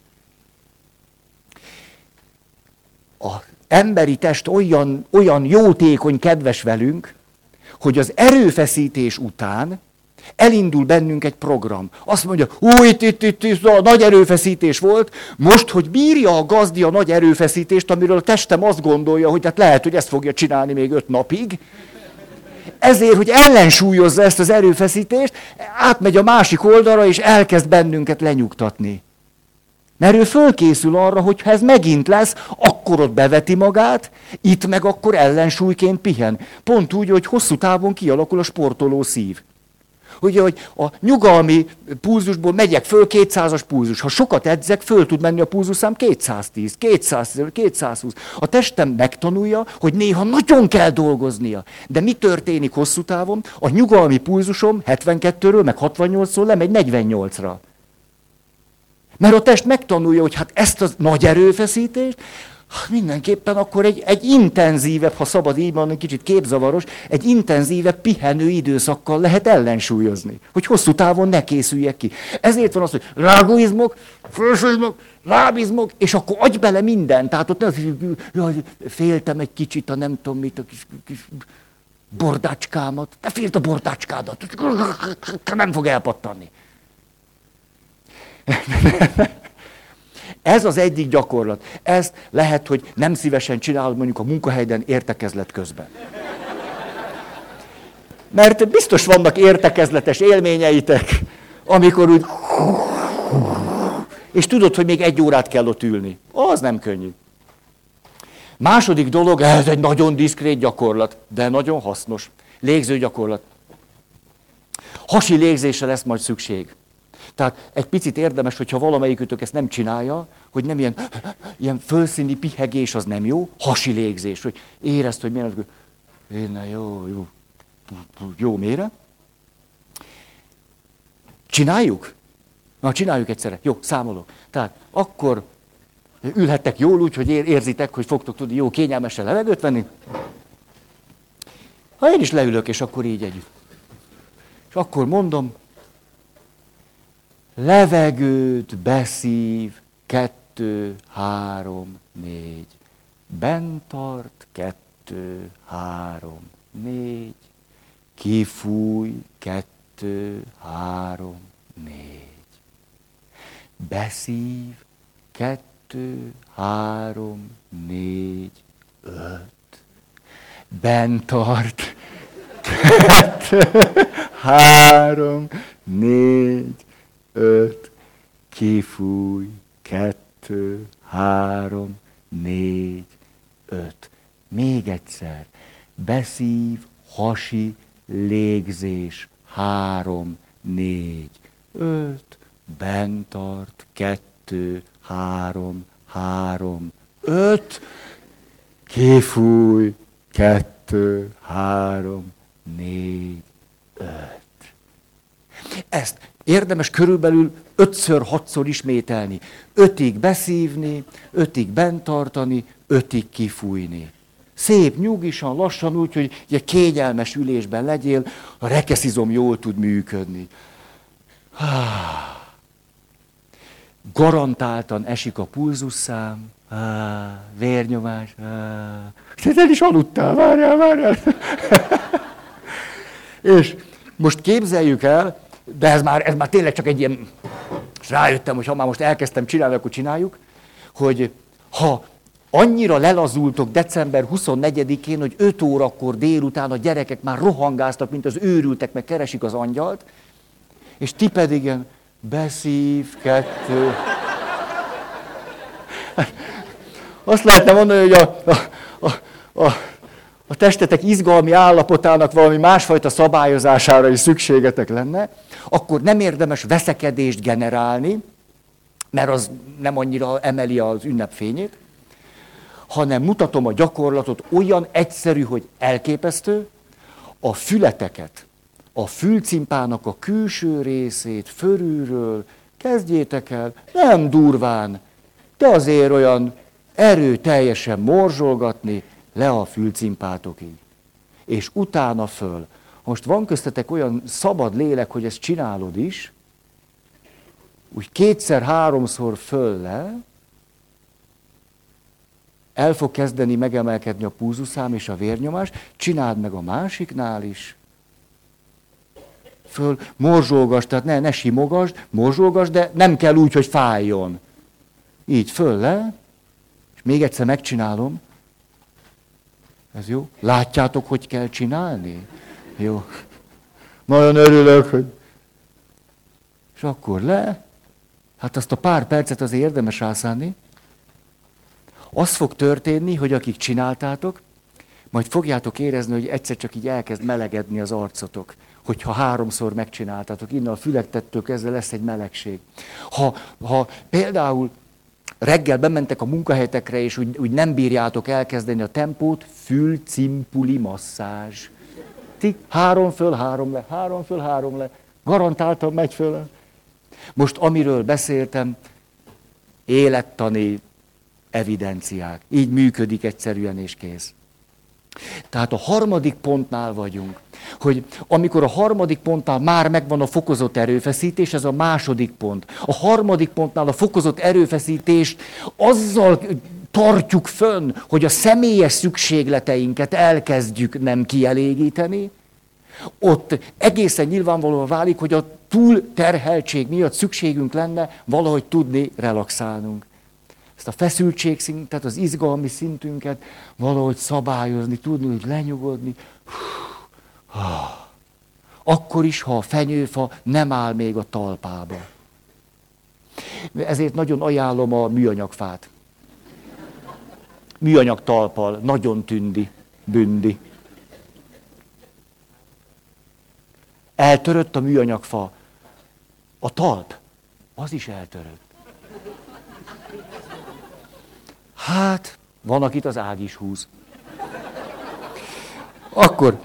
Az emberi test olyan jótékony, kedves velünk, hogy az erőfeszítés után elindul bennünk egy program. Azt mondja, itt nagy erőfeszítés volt, most, hogy bírja a gazdi a nagy erőfeszítést, amiről a testem azt gondolja, hogy hát lehet, hogy ezt fogja csinálni még 5 napig, ezért, hogy ellensúlyozza ezt az erőfeszítést, átmegy a másik oldalra, és elkezd bennünket lenyugtatni. Mert ő fölkészül arra, hogy ha ez megint lesz, akkor ott beveti magát, itt meg akkor ellensúlyként pihen. Pont úgy, hogy hosszú távon kialakul a sportoló szív. Ugye, hogy a nyugalmi pulzusból megyek föl 200-as pulzus. Ha sokat edzek, föl tud menni a pulzuszám 210, 220. A testem megtanulja, hogy néha nagyon kell dolgoznia. De mi történik hosszú távon? A nyugalmi pulzusom 72-ről, meg 68-ról lemegy 48-ra. Mert a test megtanulja, hogy hát ezt a nagy erőfeszítést, mindenképpen akkor egy intenzívebb, ha szabad így mondani, kicsit képzavaros, egy intenzívebb pihenő időszakkal lehet ellensúlyozni, hogy hosszú távon ne készüljek ki. Ezért van az, hogy rágóizmok, felsőizmok, lábizmok, és akkor adj bele minden. Tehát ott nem, féltem egy kicsit a nem tudom mit, a kis bordácskámat. Te félt a bordácskádat, nem fog elpattanni. Ez az egyik gyakorlat. Ez lehet, hogy nem szívesen csinálod mondjuk a munkahelyden értekezlet közben. Mert biztos vannak értekezletes élményeitek, amikor úgy... És tudod, hogy még 1 órát kell ott ülni. Az nem könnyű. Második dolog, ez egy nagyon diszkrét gyakorlat, de nagyon hasznos. Légző gyakorlat. Hasi légzésre lesz majd szükség. Tehát egy picit érdemes, hogyha valamelyikőtök ezt nem csinálja, hogy nem ilyen fölszíni pihegés, az nem jó, hasi légzés, hogy érezd, hogy milyen, jó mélyre. Csináljuk? Na, csináljuk egyszerre. Jó, számolok. Tehát akkor ülhettek jól úgy, hogy érzitek, hogy fogtok tudni jó kényelmesen levegőt venni. Ha én is leülök, és akkor így együtt. És akkor mondom, levegőt beszív, 2, 3, 4. Bent tart, 2, 3, 4. Kifúj, 2, 3, 4. Beszív, 2, 3, 4, 5. Bent tart, 2, 3, 4, 5, kifúj, 2, 3, 4, 5. Még egyszer. Beszív, hasi, légzés, 3, 4, 5. Bent tart, 2, 3, 3, 5. Kifúj, 2, 3, 4, 5. Ezt érdemes körülbelül 5-6-szor ismételni. 5-ig beszívni, 5-ig bent tartani, 5-ig kifújni. Szép, nyugisan, lassan úgy, hogy egy kényelmes ülésben legyél, a rekeszizom jól tud működni. Garantáltan esik a pulzusszám, vérnyomás. Te el is aludtál, várjál. És most képzeljük el, de ez már tényleg csak egy ilyen, és rájöttem, hogy ha már most elkezdtem csinálni, akkor csináljuk, hogy ha annyira lelazultok december 24-én, hogy 5 órakor délután a gyerekek már rohangáztak, mint az őrültek, meg keresik az angyalt, és ti pedig ilyen beszív, 2. Azt lehetne mondani, hogy a testetek izgalmi állapotának valami másfajta szabályozására is szükségetek lenne, akkor nem érdemes veszekedést generálni, mert az nem annyira emeli az ünnepfényét, hanem mutatom a gyakorlatot, olyan egyszerű, hogy elképesztő, a fületeket, a fülcimpának a külső részét fölülről kezdjétek el, nem durván, de azért olyan erőteljesen morzsolgatni le a fülcimpátokig. És utána föl. Most van köztetek olyan szabad lélek, hogy ezt csinálod is, úgy 2-3-szor föl le, el fog kezdeni megemelkedni a pulzuszám és a vérnyomás, csináld meg a másiknál is. Föl, morzsolgasd, tehát ne simogasd, morzsolgasd, de nem kell úgy, hogy fájjon. Így föl le, és még egyszer megcsinálom. Ez jó? Látjátok, hogy kell csinálni? Jó. Nagyon örülök, hogy... És akkor le, hát azt a pár percet azért érdemes rászánni. Az fog történni, hogy akik csináltátok, majd fogjátok érezni, hogy egyszer csak így elkezd melegedni az arcotok. Hogyha 3-szor megcsináltátok, innen a fülektettől kezdve lesz egy melegség. Ha például reggel bementek a munkahelyetekre, és úgy nem bírjátok elkezdeni a tempót, fülcimpuli masszázs. 3 föl, 3 le, 3 föl, 3 le. Garantáltan megy föl. Most amiről beszéltem, élettani evidenciák. Így működik egyszerűen és kész. Tehát a 3. pontnál vagyunk, hogy amikor a 3. pontnál már megvan a fokozott erőfeszítés, ez a 2. pont. A 3. pontnál a fokozott erőfeszítést azzal tartjuk fönn, hogy a személyes szükségleteinket elkezdjük nem kielégíteni, ott egészen nyilvánvalóan válik, hogy a túlterheltség miatt szükségünk lenne valahogy tudni relaxálnunk. Ezt a feszültségszintet, az izgalmi szintünket valahogy szabályozni, tudni, hogy lenyugodni. Akkor is, ha a fenyőfa nem áll még a talpába. Ezért nagyon ajánlom a műanyagfát. Műanyag talppal, nagyon tündi, bündi. Eltörött a műanyagfa. A talp, az is eltörött. Hát, van, akit az ág is húz. Akkor,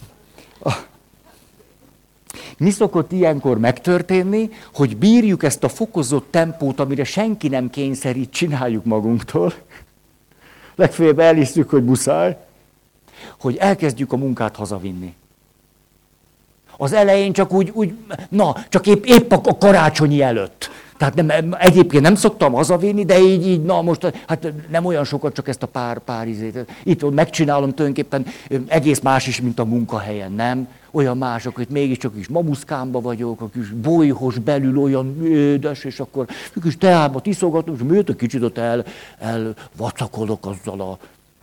mi szokott ilyenkor megtörténni, hogy bírjuk ezt a fokozott tempót, amire senki nem kényszerít, csináljuk magunktól. Legfeljebb elhiszük, hogy muszáj, hogy elkezdjük a munkát hazavinni. Az elején csak csak épp a karácsonyi előtt. Tehát egyébként nem szoktam hazavinni, de így, most, hát nem olyan sokat, csak ezt a pár izét. Itt megcsinálom tulajdonképpen egész más is, mint a munkahelyen, nem? Olyan mások, hogy mégiscsak is mamuszkámba vagyok, a kis bolyhos belül olyan édes, és akkor kis teámat iszogatom, és miért egy kicsit ott elvacakolok azzal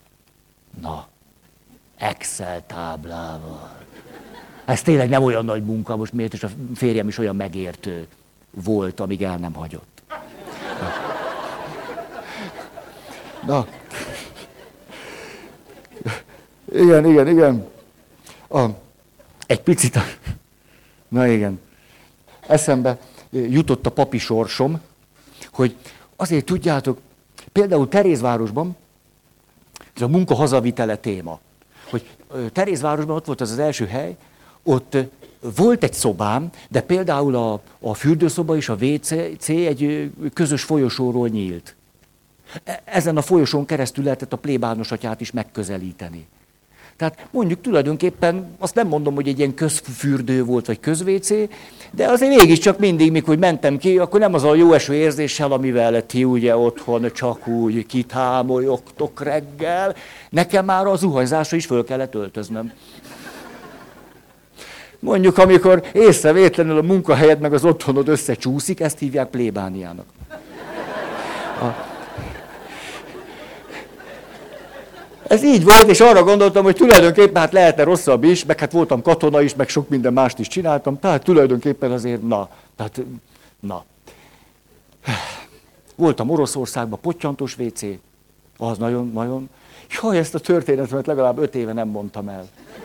Excel táblával. Ez tényleg nem olyan nagy munka, most miért, és a férjem is olyan megértő volt, amíg el nem hagyott. Na. Igen. Egy picit, na igen, eszembe jutott a papi sorsom, hogy azért tudjátok, például Terézvárosban, ez a munka hazavitele téma, hogy Terézvárosban ott volt az első hely, ott volt egy szobám, de például a fürdőszoba és a WC egy közös folyosóról nyílt. Ezen a folyosón keresztül lehetett a plébános atyát is megközelíteni. Tehát mondjuk tulajdonképpen azt nem mondom, hogy egy ilyen közfürdő volt, vagy közvécé, de azért mégiscsak mindig, mikor mentem ki, akkor nem az a jó eső érzéssel, amivel ti ugye otthon csak úgy kitámolyogtok reggel, nekem már a zuhanyzásra is föl kellett öltöznöm. Mondjuk, amikor észrevétlenül a munkahelyed meg az otthonod összecsúszik, ezt hívják plébániának. Ez így volt, és arra gondoltam, hogy tulajdonképpen hát lehetne rosszabb is, meg hát voltam katona is, meg sok minden mást is csináltam, tehát tulajdonképpen azért na. Voltam Oroszországban, pottyantós WC, az nagyon. Jaj, ezt a történetet legalább 5 éve nem mondtam el.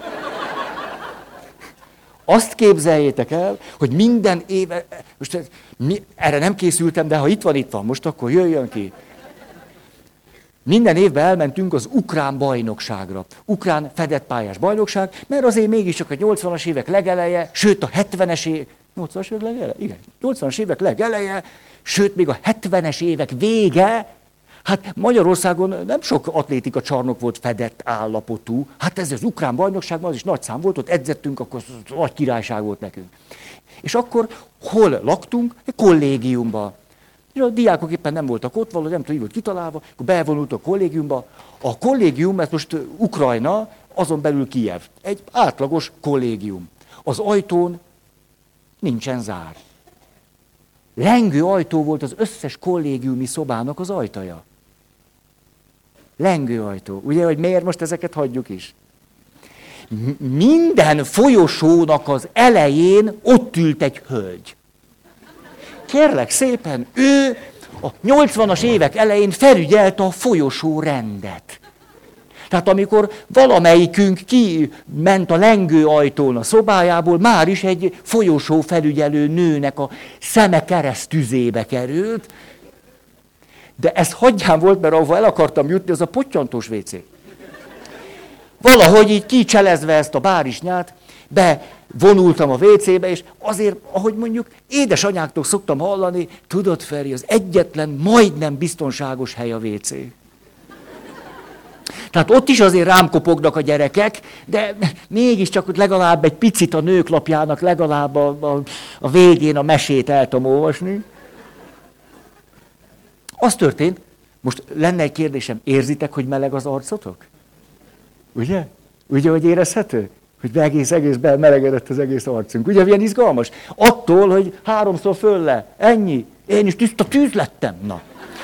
Azt képzeljétek el, hogy minden éve, most erre nem készültem, de ha itt van, most akkor jöjjön ki. Minden évben elmentünk az ukrán bajnokságra. Ukrán fedett pályás bajnokság, mert azért mégiscsak a 80-as évek legeleje, sőt a 70-es évek... 80-as évek legeleje? Igen. 80-as évek legeleje, sőt még a 70-es évek vége. Hát Magyarországon nem sok atlétika csarnok volt fedett állapotú. Hát ez az ukrán bajnokságban az is nagy szám volt, ott edzettünk, akkor nagy királyság volt nekünk. És akkor hol laktunk? Egy kollégiumban. És a diákok éppen nem voltak ott, valahogy nem tudom, így volt kitalálva, akkor bevonultak a kollégiumba. A kollégium, ez most Ukrajna, azon belül Kijev. Egy átlagos kollégium. Az ajtón nincsen zár. Lengő ajtó volt az összes kollégiumi szobának az ajtaja. Lengő ajtó. Ugye, hogy miért most ezeket hagyjuk is? Minden folyosónak az elején ott ült egy hölgy. Kérlek szépen, ő a 80-as évek elején felügyelte a folyosó rendet. Tehát amikor valamelyikünk kiment a lengő ajtón a szobájából, már is egy folyosó felügyelő nőnek a szeme keresztüzébe került. De ez hagyján volt, mert ahova el akartam jutni, az a pottyantós WC. Valahogy így kicselezve ezt a bárisnyát, bevonultam a WC-be, és azért, ahogy mondjuk édesanyáktól szoktam hallani, tudod, Feri, az egyetlen majdnem biztonságos hely a WC. Tehát ott is azért rám kopognak a gyerekek, de mégiscsak legalább egy picit a nőklapjának, legalább a végén a mesét el tudom olvasni. Az történt, most lenne egy kérdésem, érzitek, hogy meleg az arcotok? Ugye? Ugye, hogy érezhető? Hogy egész melegedett az egész arcunk. Ugye, milyen izgalmas? Attól, hogy 3-szor föl le. Ennyi. Én is tiszta tűz lettem. Na.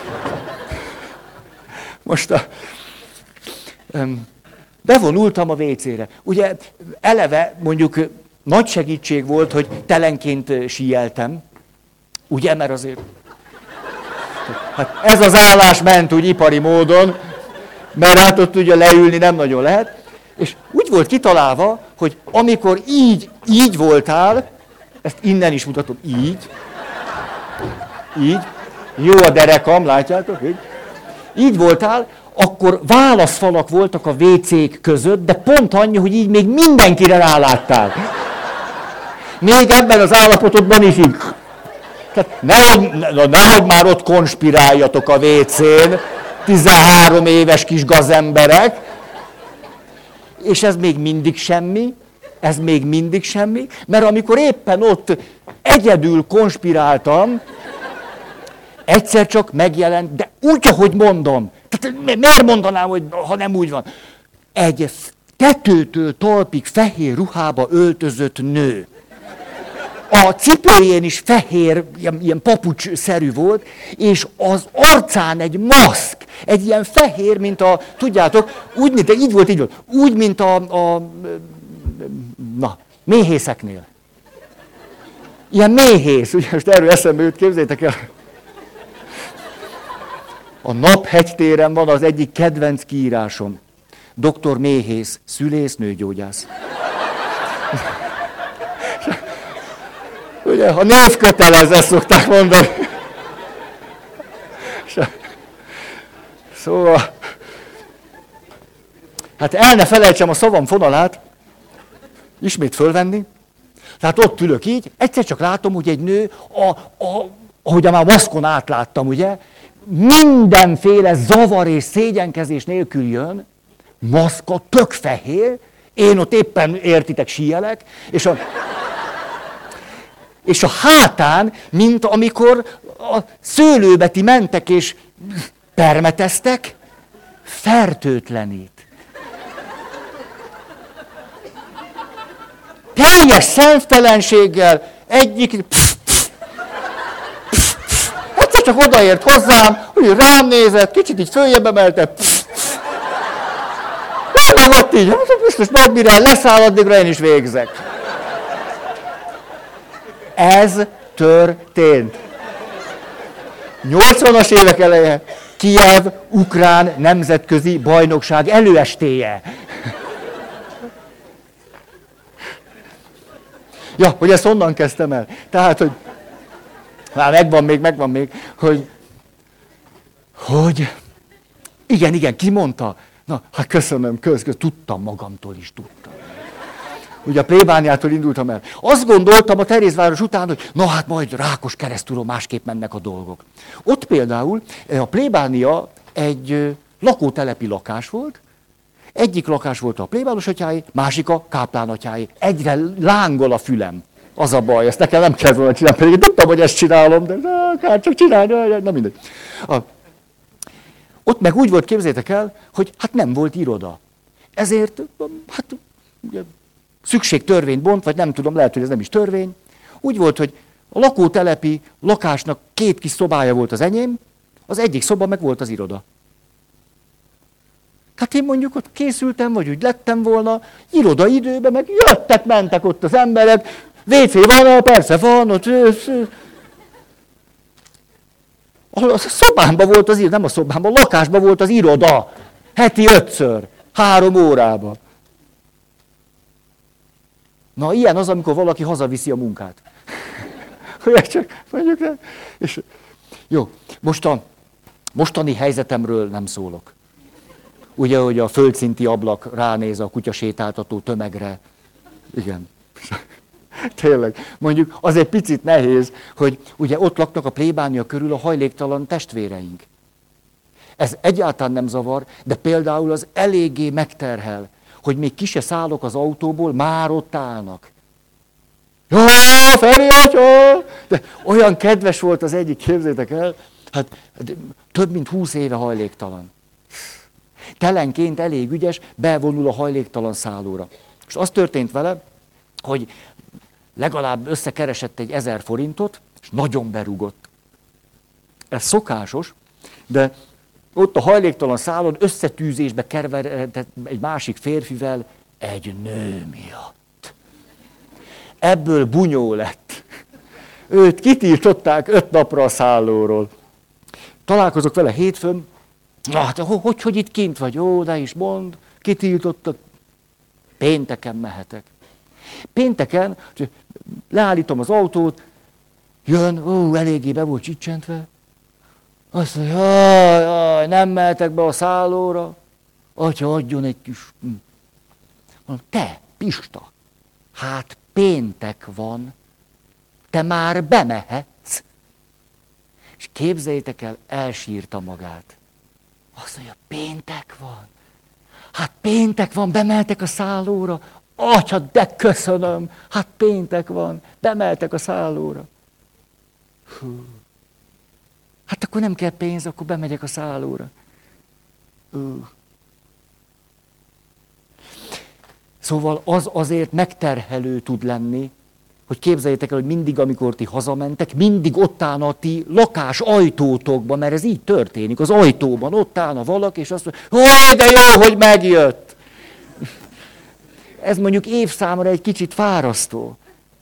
Most bevonultam a WC-re. Ugye, eleve mondjuk nagy segítség volt, hogy telenként síeltem. Ugye, mert azért... Hát ez az állás ment úgy ipari módon, mert hát ott ugye leülni nem nagyon lehet. És úgy volt kitalálva, hogy amikor így voltál, ezt innen is mutatom, így, jó a derekam, látjátok, így voltál, akkor válaszfalak voltak a WC-k között, de pont annyi, hogy így még mindenkire ráláttál. Még ebben az állapotodban is így. Tehát nehogy már ott konspiráljatok a WC-n, 13 éves kis gazemberek, és ez még mindig semmi, mert amikor éppen ott egyedül konspiráltam, egyszer csak megjelent, de úgy, ahogy mondom, tehát miért mondanám, hogy ha nem úgy van, egy tetőtől talpig fehér ruhába öltözött nő. A cipőjén is fehér, ilyen papucs-szerű volt, és az arcán egy maszk, egy ilyen fehér, mint a, tudjátok, úgy, de így volt, úgy, mint a méhészeknél. Ilyen méhész, ugye most erről eszembe jut, képzeljétek el. A Naphegytéren van az egyik kedvenc kiírásom. Doktor méhész, szülész, nőgyógyász. Ugye, a név kötelező, ezt szokták mondani. Szóval, hát el ne felejtsem a szavam fonalát, ismét fölvenni. Tehát ott ülök így, egyszer csak látom, hogy egy nő, ahogy már maszkon átláttam, ugye, mindenféle zavar és szégyenkezés nélkül jön, maszka tök fehér, én ott éppen értitek síelek, és a hátán, mint amikor a szőlőbe ti mentek és permeteztek, fertőtlenít. Teljes szemtelenséggel egyik... Egyszer csak odaért hozzám, hogy rám nézett, kicsit így följebb emelte. Ott így, most majd mire leszáll, addigra én is végzek. Ez történt. 80-as évek eleje, Kijev ukrán nemzetközi bajnokság előestéje. Ja, hogy ezt honnan kezdtem el? Tehát, hogy... megvan még, hogy... Igen, ki mondta? Na, hát köszönöm, tudtam magamtól is, tudtam. Ugye a plébániától indultam el. Azt gondoltam a Terézváros után, hogy na hát majd Rákoskeresztúron másképp mennek a dolgok. Ott például a plébánia egy lakótelepi lakás volt, egyik lakás volt a plébános atyáé, másik a káplán atyáé. Egyre lángol a fülem. Az a baj, ezt nekem nem kell volna csinálni, pedig tudtam, hogy ezt csinálom, de akár csak csinálni, na mindegy. Ott meg úgy volt, képzeljétek el, hogy hát nem volt iroda. Ezért, hát ugye, szükségtörvényt bont, vagy nem tudom, lehet, hogy ez nem is törvény. Úgy volt, hogy a lakótelepi lakásnak 2 kis szobája volt az enyém, az egyik szoba meg volt az iroda. Hát én mondjuk ott készültem, vagy úgy lettem volna, irodaidőben meg jöttek, mentek ott az emberek, WC van, persze van, ott... A szobámban volt az iroda, nem a szobámban, a lakásban volt az iroda. Heti 5-ször, 3 órában. Na, ilyen az, amikor valaki hazaviszi a munkát. Csak mondjuk nem. És, jó, most a mostani helyzetemről nem szólok. Ugye, hogy a földszinti ablak ránéz a kutyasétáltató tömegre. Igen. Tényleg. Mondjuk az egy picit nehéz, hogy ugye ott laknak a plébánia körül a hajléktalan testvéreink. Ez egyáltalán nem zavar, de például az eléggé megterhel, hogy még ki se szállok az autóból, már ott állnak. Ja, Feri atya! De olyan kedves volt az egyik, képzétek el, hát több mint 20 éve hajléktalan. Telenként elég ügyes, bevonul a hajléktalan szállóra. És az történt vele, hogy legalább összekeresett egy 1000 forintot, és nagyon berúgott. Ez szokásos, de ott a hajléktalan szállón összetűzésbe keveredett egy másik férfivel egy nő miatt. Ebből bunyó lett. Őt kitiltották 5 napra a szállóról. Találkozok vele hétfőn, na hát hogy itt kint vagy? Ó, de is mond, kitiltottak. Pénteken mehetek. Pénteken leállítom az autót, jön, eléggé be volt csicsentve. Azt mondja, jaj, nem mehetek be a szállóra. Atya, adjon egy kis... Mondom, te, Pista, hát péntek van, te már bemehetsz. És képzeljétek el, elsírta magát. Azt mondja, péntek van. Hát péntek van, bemeltek a szállóra. Atya, de köszönöm, hát péntek van, bemeltek a szállóra. Hú. Hát akkor nem kell pénz, akkor bemegyek a szállóra. Szóval az azért megterhelő tud lenni, hogy képzeljétek el, hogy mindig, amikor ti hazamentek, mindig ott állna a ti lakás ajtótokban, mert ez így történik, az ajtóban ott állna valaki, és azt mondja, hogy de jó, hogy megjött. Ez mondjuk évszámra egy kicsit fárasztó.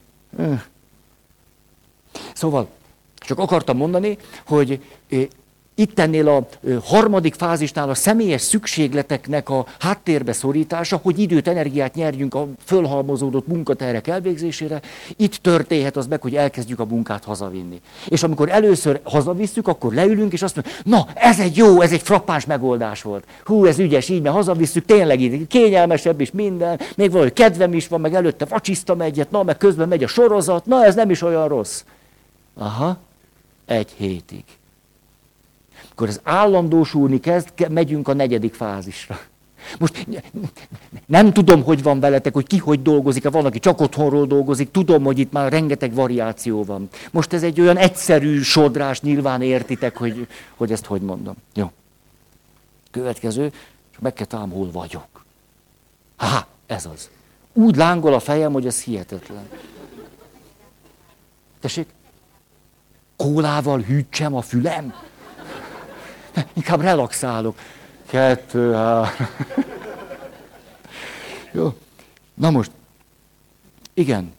Szóval, csak akartam mondani, hogy itt ennél a harmadik fázisnál a személyes szükségleteknek a háttérbe szorítása, hogy időt, energiát nyerjünk a fölhalmozódott munkaterhek elvégzésére, itt történhet az meg, hogy elkezdjük a munkát hazavinni. És amikor először hazavisszük, akkor leülünk, és azt mondjuk, na, ez egy frappáns megoldás volt. Hú, ez ügyes, így, mert hazavisszük, tényleg így kényelmesebb is minden, még valahogy kedvem is van, meg előtte vacsiztam egyet, na, meg közben megy a sorozat, na, ez nem is olyan rossz. Aha, 1 hétig. Mikor ez állandósulni kezd, megyünk a 4. fázisra. Most nem tudom, hogy van veletek, hogy ki hogy dolgozik, van, aki csak otthonról dolgozik, tudom, hogy itt már rengeteg variáció van. Most ez egy olyan egyszerű sodrás, nyilván értitek, hogy ezt hogy mondom. Jó. Következő, csak meg kell találnom, hol vagyok. Ez az. Úgy lángol a fejem, hogy ez hihetetlen. Tessék? Kólával hűtsem a fülem? Inkább relaxálok. 2, 3. Jó. Na most. Igen.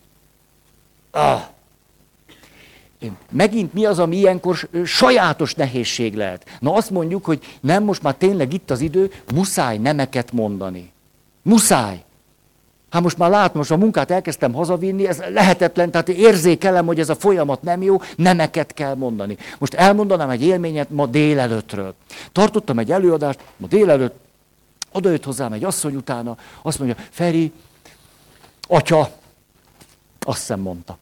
Megint mi az, ami ilyenkor sajátos nehézség lehet? Na azt mondjuk, hogy nem, most már tényleg itt az idő, muszáj nemeket mondani. Muszáj. Hát most már látom, most a munkát elkezdtem hazavinni, ez lehetetlen, tehát érzékelem, hogy ez a folyamat nem jó, nemeket kell mondani. Most elmondanám egy élményet ma délelőttről. Tartottam egy előadást, ma délelőtt, odajött hozzám egy asszony utána, azt mondja, Feri, atya, azt hiszem mondta,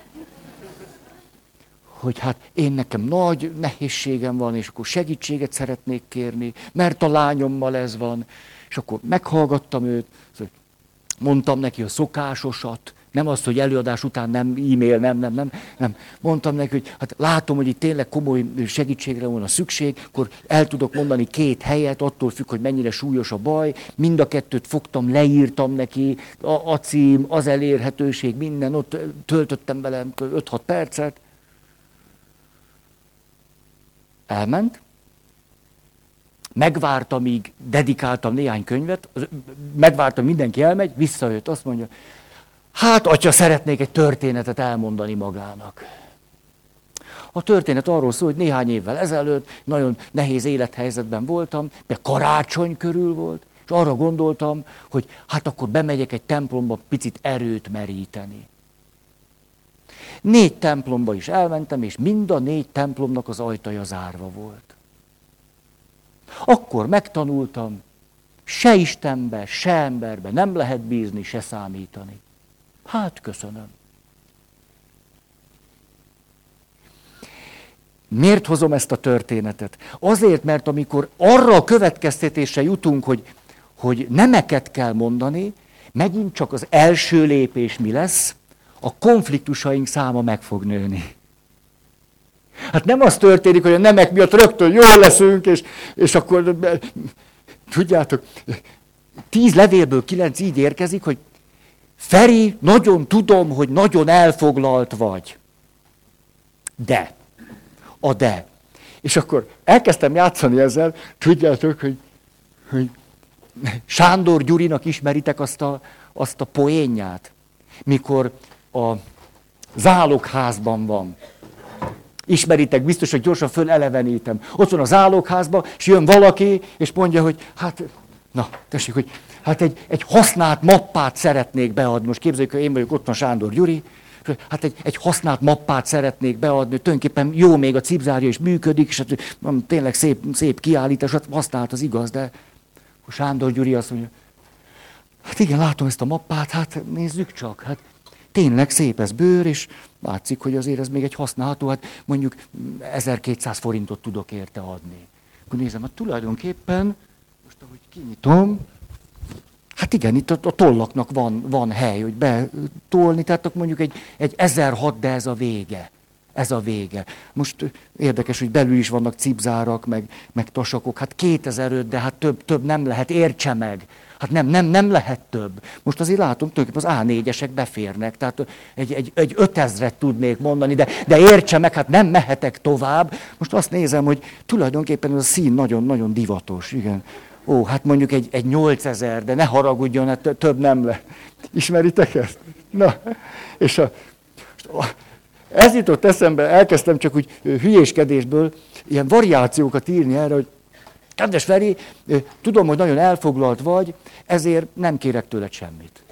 hogy hát én nekem nagy nehézségem van, és akkor segítséget szeretnék kérni, mert a lányommal ez van. És akkor meghallgattam őt, mondtam neki a szokásosat, nem azt, hogy előadás után nem, e-mail, nem. Mondtam neki, hogy hát látom, hogy itt tényleg komoly segítségre van a szükség, akkor el tudok mondani 2 helyet, attól függ, hogy mennyire súlyos a baj. Mind a 2 fogtam, leírtam neki, a cím, az elérhetőség, minden, ott töltöttem vele 5-6 percet. Elment. Megvártam, míg dedikáltam néhány könyvet, megvártam, mindenki elmegy, visszajött, azt mondja, hát atya, szeretnék egy történetet elmondani magának. A történet arról szól, hogy néhány évvel ezelőtt nagyon nehéz élethelyzetben voltam, de karácsony körül volt, és arra gondoltam, hogy hát akkor bemegyek egy templomba picit erőt meríteni. 4 templomba is elmentem, és mind a 4 templomnak az ajtaja zárva volt. Akkor megtanultam, se Istenbe, se emberbe nem lehet bízni, se számítani. Hát köszönöm. Miért hozom ezt a történetet? Azért, mert amikor arra a következtetésre jutunk, hogy nemeket kell mondani, megint csak az első lépés mi lesz, a konfliktusaink száma meg fog nőni. Hát nem az történik, hogy a nemek miatt rögtön jól leszünk, és akkor, tudjátok, 10 levélből 9 így érkezik, hogy Feri, nagyon tudom, hogy nagyon elfoglalt vagy. De. És akkor elkezdtem játszani ezzel, tudjátok, hogy Sándor Gyurinak ismeritek azt a poénját, mikor a zálogházban van. Ismeritek, biztos, hogy gyorsan fölelevenítem. Ott van a zálogházban, és jön valaki, és mondja, hogy hát, na, tessék, hogy hát egy használt mappát szeretnék beadni. Most képzeljük, hogy én vagyok, ott van Sándor Gyuri, hát egy használt mappát szeretnék beadni, tulajdonképpen jó, még a cipzárja is működik, és hát, tényleg szép kiállítás, hát használt az igaz, de Sándor Gyuri azt mondja, hát igen, látom ezt a mappát, hát nézzük csak, hát tényleg szép ez bőr, és látszik, hogy azért ez még egy használható, hát mondjuk 1200 forintot tudok érte adni. Akkor nézem, hát tulajdonképpen, most ahogy kinyitom, hát igen, itt a tollaknak van hely, hogy betolni, tehát mondjuk egy 1006, de ez a vége. Ez a vége. Most érdekes, hogy belül is vannak cipzárak, meg tasakok, hát 2005, de hát több nem lehet, értse meg. Hát nem lehet több. Most azért látom, tulajdonképpen az A4-esek beférnek, tehát egy 5000-et tudnék mondani, de értse meg, hát nem mehetek tovább. Most azt nézem, hogy tulajdonképpen ez a szín nagyon-nagyon divatos, igen. Ó, hát mondjuk egy 8000, de ne haragudjon, hát több nem lehet. Ismeritek ezt? Na, és ez jutott eszembe, elkezdtem csak úgy hülyéskedésből ilyen variációkat írni erre, hogy kedves Feri, tudom, hogy nagyon elfoglalt vagy, ezért nem kérek tőled semmit.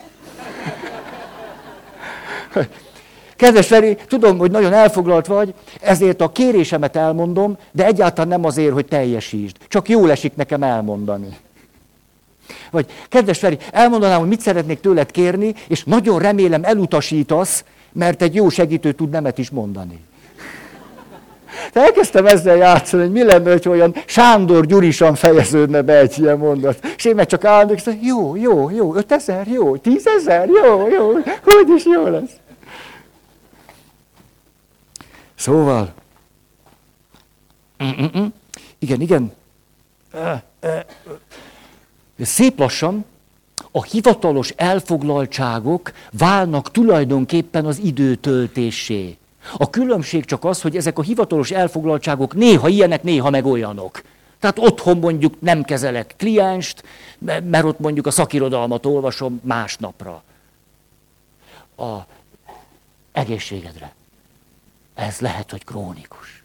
Kedves Feri, tudom, hogy nagyon elfoglalt vagy, ezért a kérésemet elmondom, de egyáltalán nem azért, hogy teljesítsd. Csak jól esik nekem elmondani. Vagy kedves Feri, elmondanám, hogy mit szeretnék tőled kérni, és nagyon remélem elutasítasz, mert egy jó segítő tud nemet is mondani. Elkezdtem ezzel játszani, hogy mi lenne, hogy olyan Sándor Gyurisan fejeződne be egy ilyen mondat. És én meg csak állok, és jó, 5000, jó, 10 000, jó, hogy is jó lesz. Szóval, igen. Szép lassan a hivatalos elfoglaltságok válnak tulajdonképpen az időtöltéssé. A különbség csak az, hogy ezek a hivatalos elfoglaltságok néha ilyenek, néha meg olyanok. Tehát otthon mondjuk nem kezelek klienst, mert ott mondjuk a szakirodalmat olvasom másnapra. A egészségedre. Ez lehet, hogy krónikus.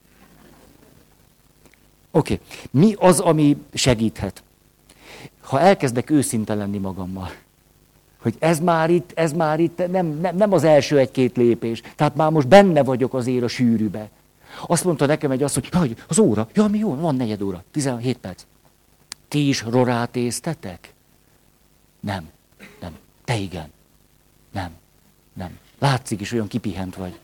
Oké. Mi az, ami segíthet? Ha elkezdek őszinte lenni magammal, hogy ez már itt nem az első egy-két lépés, tehát már most benne vagyok azért a sűrűbe. Azt mondta nekem egy asszony, hogy az óra, ja mi jó, van 4 óra, 17 perc. Ti is rorátéztetek? Nem. Te igen. Nem. Látszik is, olyan kipihent vagy.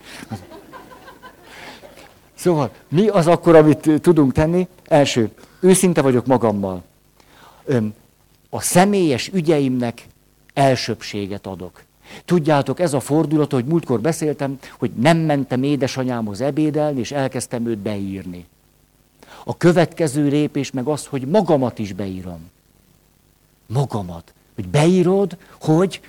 Szóval, mi az akkor, amit tudunk tenni? Első, őszinte vagyok magammal. A személyes ügyeimnek elsőbbséget adok. Tudjátok, ez a fordulat, hogy múltkor beszéltem, hogy nem mentem édesanyámhoz ebédelni, és elkezdtem őt beírni. A következő lépés meg az, hogy magamat is beírom. Magamat. Hogy beírod, hogy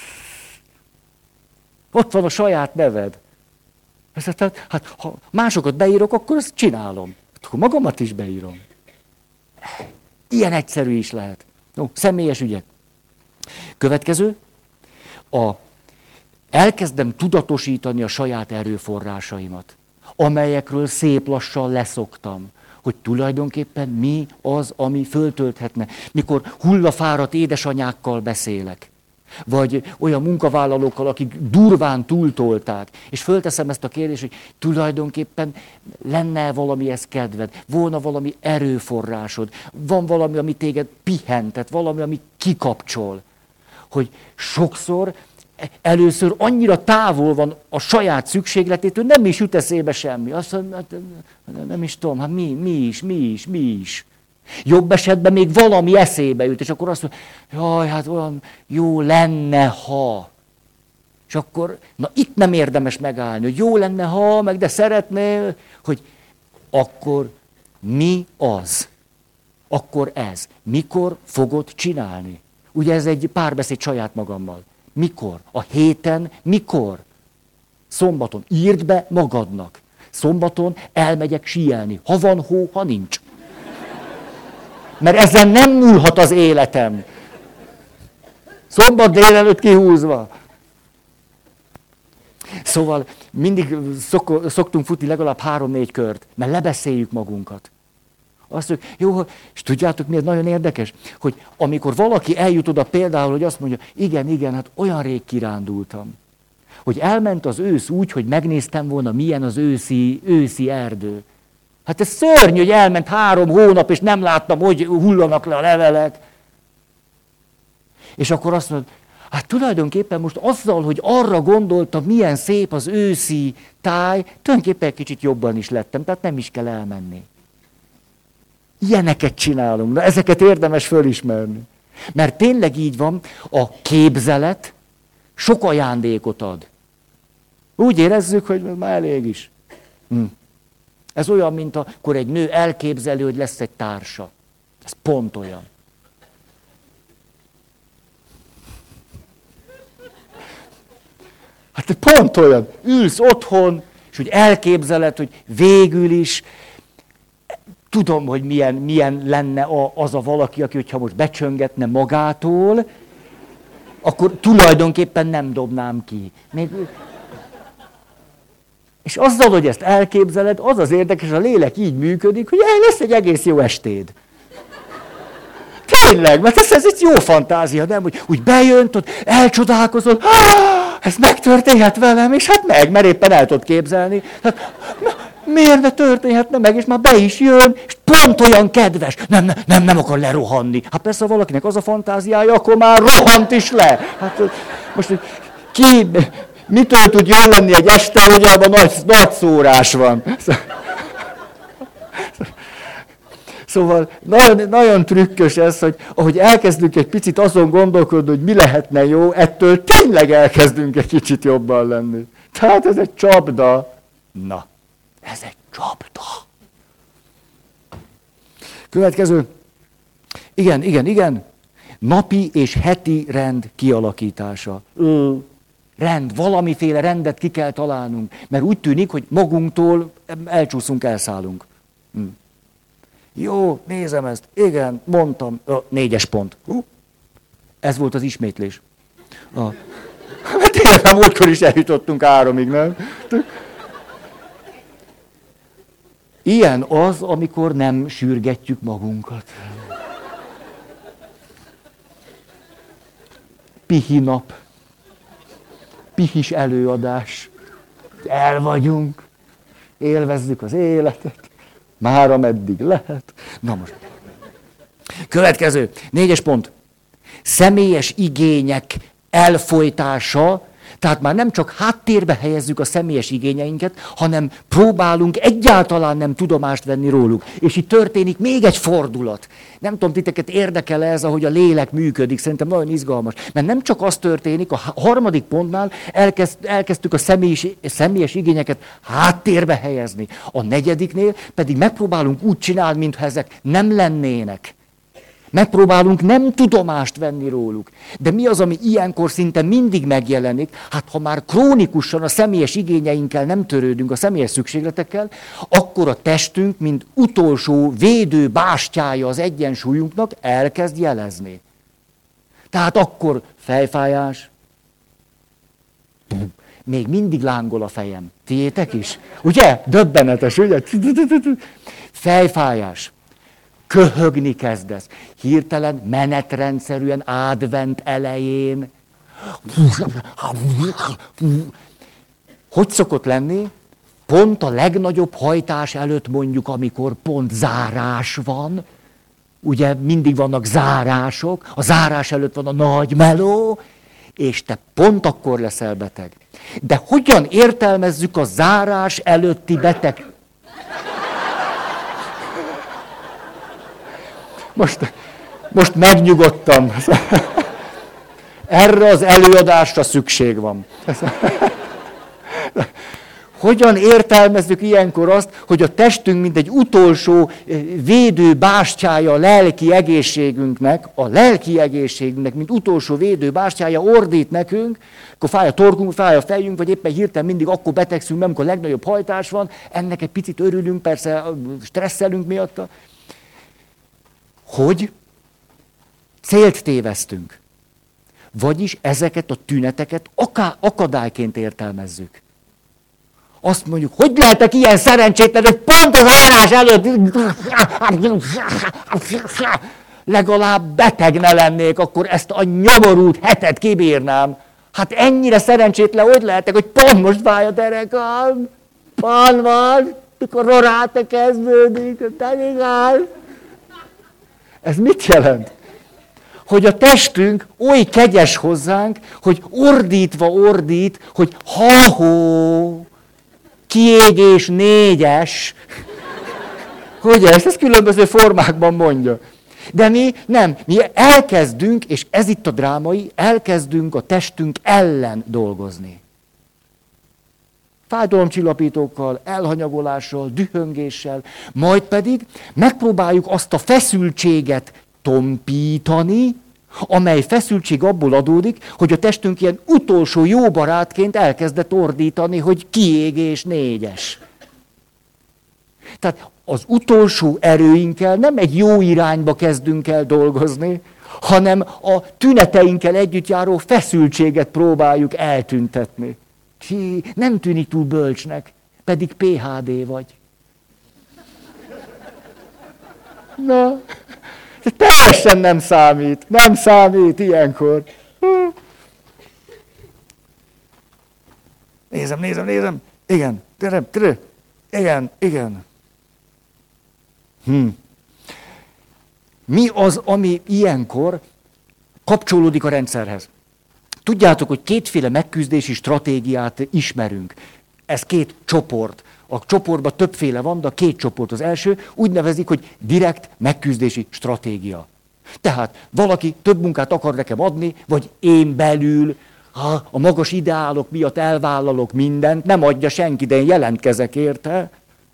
ott van a saját neved. Hát, ha másokat beírok, akkor ezt csinálom. Akkor magamat is beírom. Ilyen egyszerű is lehet. No, személyes ügyek. Következő. Elkezdem tudatosítani a saját erőforrásaimat, amelyekről szép lassan leszoktam, hogy tulajdonképpen mi az, ami föltölthetne. Mikor hullafáradt édesanyákkal beszélek, vagy olyan munkavállalókkal, akik durván túltolták, és fölteszem ezt a kérdést, hogy tulajdonképpen lenne valamihez kedved, volna valami erőforrásod, van valami, ami téged pihentet, valami, ami kikapcsol, hogy sokszor először annyira távol van a saját szükségletétől, nem is jut eszébe semmi. Azt mondja, nem is tudom, hát mi is. Jobb esetben még valami eszébe jut, és akkor azt mondja, jaj, hát olyan jó lenne, ha. És akkor, na itt nem érdemes megállni, hogy jó lenne, ha, meg de szeretnél, hogy akkor mi az? Akkor ez. Mikor fogod csinálni? Ugye ez egy párbeszéd saját magammal. Mikor? A héten mikor? Szombaton. Írd be magadnak. Szombaton elmegyek síelni. Ha van hó, ha nincs. Mert ezen nem múlhat az életem. Szombat délelőtt kihúzva. Szóval mindig szoktunk futni legalább 3-4 kört, mert lebeszéljük magunkat. Azt mondjuk, jó, és tudjátok, mi ez nagyon érdekes? Hogy amikor valaki eljut oda például, hogy azt mondja, igen, hát olyan rég kirándultam. Hogy elment az ősz úgy, hogy megnéztem volna, milyen az őszi erdő. Hát ez szörnyű, hogy elment 3 hónap, és nem láttam, hogy hullanak le a levelek. És akkor azt mondod, hát tulajdonképpen most azzal, hogy arra gondoltam, milyen szép az őszi táj, tulajdonképpen egy kicsit jobban is lettem, tehát nem is kell elmenni. Ilyeneket csinálunk, de ezeket érdemes fölismerni. Mert tényleg így van, a képzelet sok ajándékot ad. Úgy érezzük, hogy már elég is. Ez olyan, mint akkor egy nő elképzeli, hogy lesz egy társa. Ez pont olyan. Hát pont olyan. Ülsz otthon, és úgy elképzeled, hogy végül is tudom, hogy milyen lenne az a valaki, aki, hogyha most becsöngetne magától, akkor tulajdonképpen nem dobnám ki. És azzal, hogy ezt elképzeled, az az érdekes, a lélek így működik, hogy lesz egy egész jó estéd. Tényleg, mert ez egy jó fantázia, nem? Hogy úgy bejönt, ott elcsodálkozol, ez megtörténhet velem, és hát mert éppen el tudod képzelni. Hát, miért ne történhetne meg, és már be is jön, és pont olyan kedves, nem akar lerohanni. Hát persze, ha valakinek az a fantáziája, akkor már rohant is le. Hát most mitől tud jól lenni egy este, hogy abban nagy szórás van. Szóval nagyon, nagyon trükkös ez, hogy ahogy elkezdünk egy picit azon gondolkodni, hogy mi lehetne jó, ettől tényleg elkezdünk egy kicsit jobban lenni. Tehát ez egy csapda. Na, ez egy csapda. Következő. Igen. Napi és heti rend kialakítása. Rend, valamiféle rendet ki kell találnunk, mert úgy tűnik, hogy magunktól elcsúszunk, elszállunk. Jó, nézem ezt. Igen, mondtam. 4-es pont. Ez volt az ismétlés. Tényleg múltkor is eljutottunk 3-ig, nem? Ilyen az, amikor nem sürgetjük magunkat. Pihinap. Pihis előadás. El vagyunk. Élvezzük az életet. Már ameddig lehet. Na most. Következő. 4-es pont. Személyes igények elfojtása. Tehát már nem csak háttérbe helyezzük a személyes igényeinket, hanem próbálunk egyáltalán nem tudomást venni róluk. És itt történik még egy fordulat. Nem tudom, titeket érdekel ez, ahogy a lélek működik, szerintem nagyon izgalmas. Mert nem csak az történik, a 3. pontnál elkezdtük a személyes igényeket háttérbe helyezni. A 4. pedig megpróbálunk úgy csinálni, mintha ezek nem lennének. Megpróbálunk nem tudomást venni róluk. De mi az, ami ilyenkor szinte mindig megjelenik? Hát ha már krónikusan a személyes igényeinkkel nem törődünk, a személyes szükségletekkel, akkor a testünk, mint utolsó védő bástyája az egyensúlyunknak elkezd jelezni. Tehát akkor fejfájás, még mindig lángol a fejem. Tiétek is? Ugye? Döbbenetes, ugye? Fejfájás. Köhögni kezdesz. Hirtelen, menetrendszerűen, advent elején. Hogy szokott lenni? Pont a legnagyobb hajtás előtt mondjuk, amikor pont zárás van. Ugye mindig vannak zárások. A zárás előtt van a nagy meló, és te pont akkor leszel beteg. De hogyan értelmezzük a zárás előtti beteg? Most megnyugodtam. Erre az előadásra szükség van. Hogyan értelmezzük ilyenkor azt, hogy a testünk, mint egy utolsó védő bástyája a lelki egészségünknek, mint utolsó védő bástyája ordít nekünk, akkor fáj a torkunk, fáj a fejünk, vagy éppen hirtelen mindig akkor betegszünk, mert amikor a legnagyobb hajtás van, ennek egy picit örülünk, persze stresszelünk miatta. Hogy célt tévesztünk. Vagyis ezeket a tüneteket akadályként értelmezzük. Azt mondjuk, hogy lehetek ilyen szerencsétlen, hogy pont az árás előtt legalább beteg ne lennék, akkor ezt a nyomorult hetet kibírnám. Hát ennyire szerencsétlen, hogy lehetek, hogy pont most fáj a derekam. Pont van, mikor roráta kezdődik, ez mit jelent? Hogy a testünk oly kegyes hozzánk, hogy ordítva ordít, hogy ha-hó, kiégés 4-es. Hogy ezt különböző formákban mondja. De mi nem, mi elkezdünk, és ez itt a drámai, elkezdünk a testünk ellen dolgozni. Fájdalomcsillapítókkal, elhanyagolással, dühöngéssel, majd pedig megpróbáljuk azt a feszültséget tompítani, amely feszültség abból adódik, hogy a testünk ilyen utolsó jó barátként elkezdett ordítani, hogy kiégés 4-es. Tehát az utolsó erőinkkel nem egy jó irányba kezdünk el dolgozni, hanem a tüneteinkkel együtt járó feszültséget próbáljuk eltüntetni. Nem tűnik túl bölcsnek, pedig PhD vagy. Na, teljesen nem számít ilyenkor. Nézem. Igen, igen. Mi az, ami ilyenkor kapcsolódik a rendszerhez? Tudjátok, hogy kétféle megküzdési stratégiát ismerünk. Ez két csoport. A csoportban többféle van, de a két csoport az első. Úgy nevezik, hogy direkt megküzdési stratégia. Tehát valaki több munkát akar nekem adni, vagy én belül a magas ideálok miatt elvállalok mindent, nem adja senki, de én jelentkezek érte.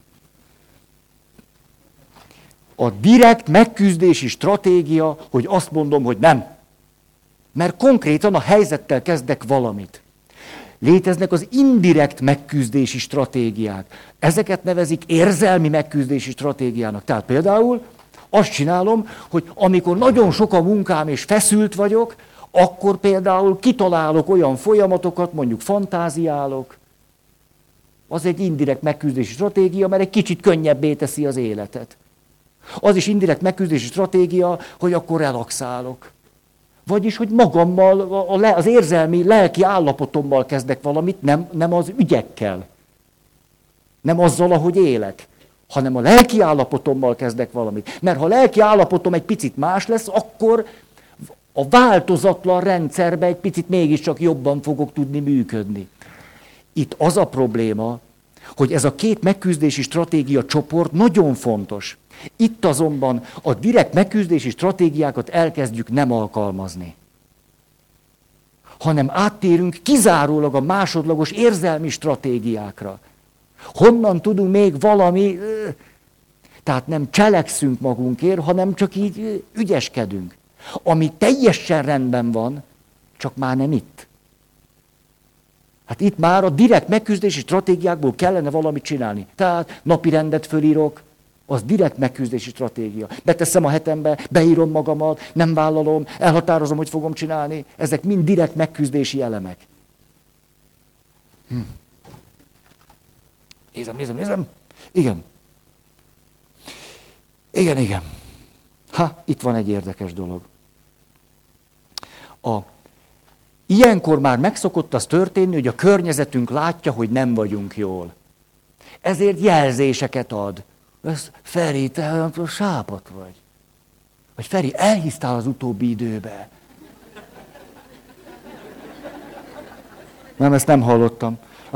A direkt megküzdési stratégia, hogy azt mondom, hogy nem. Mert konkrétan a helyzettel kezdek valamit. Léteznek az indirekt megküzdési stratégiák. Ezeket nevezik érzelmi megküzdési stratégiának. Tehát például azt csinálom, hogy amikor nagyon sok a munkám és feszült vagyok, akkor például kitalálok olyan folyamatokat, mondjuk fantáziálok. Az egy indirekt megküzdési stratégia, mert egy kicsit könnyebbé teszi az életet. Az is indirekt megküzdési stratégia, hogy akkor relaxálok. Vagyis, hogy magammal, az érzelmi, lelki állapotommal kezdek valamit, nem az ügyekkel. Nem azzal, ahogy élek, hanem a lelki állapotommal kezdek valamit. Mert ha a lelki állapotom egy picit más lesz, akkor a változatlan rendszerben egy picit mégiscsak jobban fogok tudni működni. Itt az a probléma, hogy ez a két megküzdési stratégia csoport nagyon fontos. Itt azonban a direkt megküzdési stratégiákat elkezdjük nem alkalmazni, hanem áttérünk kizárólag a másodlagos érzelmi stratégiákra. Honnan tudunk még valami, tehát nem cselekszünk magunkért, hanem csak így ügyeskedünk. Ami teljesen rendben van, csak már nem itt. Hát itt már a direkt megküzdési stratégiákból kellene valamit csinálni. Tehát napirendet fölírok, az direkt megküzdési stratégia. Beteszem a hetembe, beírom magamat, nem vállalom, elhatározom, hogy fogom csinálni. Ezek mind direkt megküzdési elemek. Nézem. Igen. Igen. Itt van egy érdekes dolog. Ilyenkor már megszokott az történni, hogy a környezetünk látja, hogy nem vagyunk jól. Ezért jelzéseket ad. Feri, te sápat vagy. Vagy Feri, elhisztál az utóbbi időbe. Nem, ezt nem hallottam.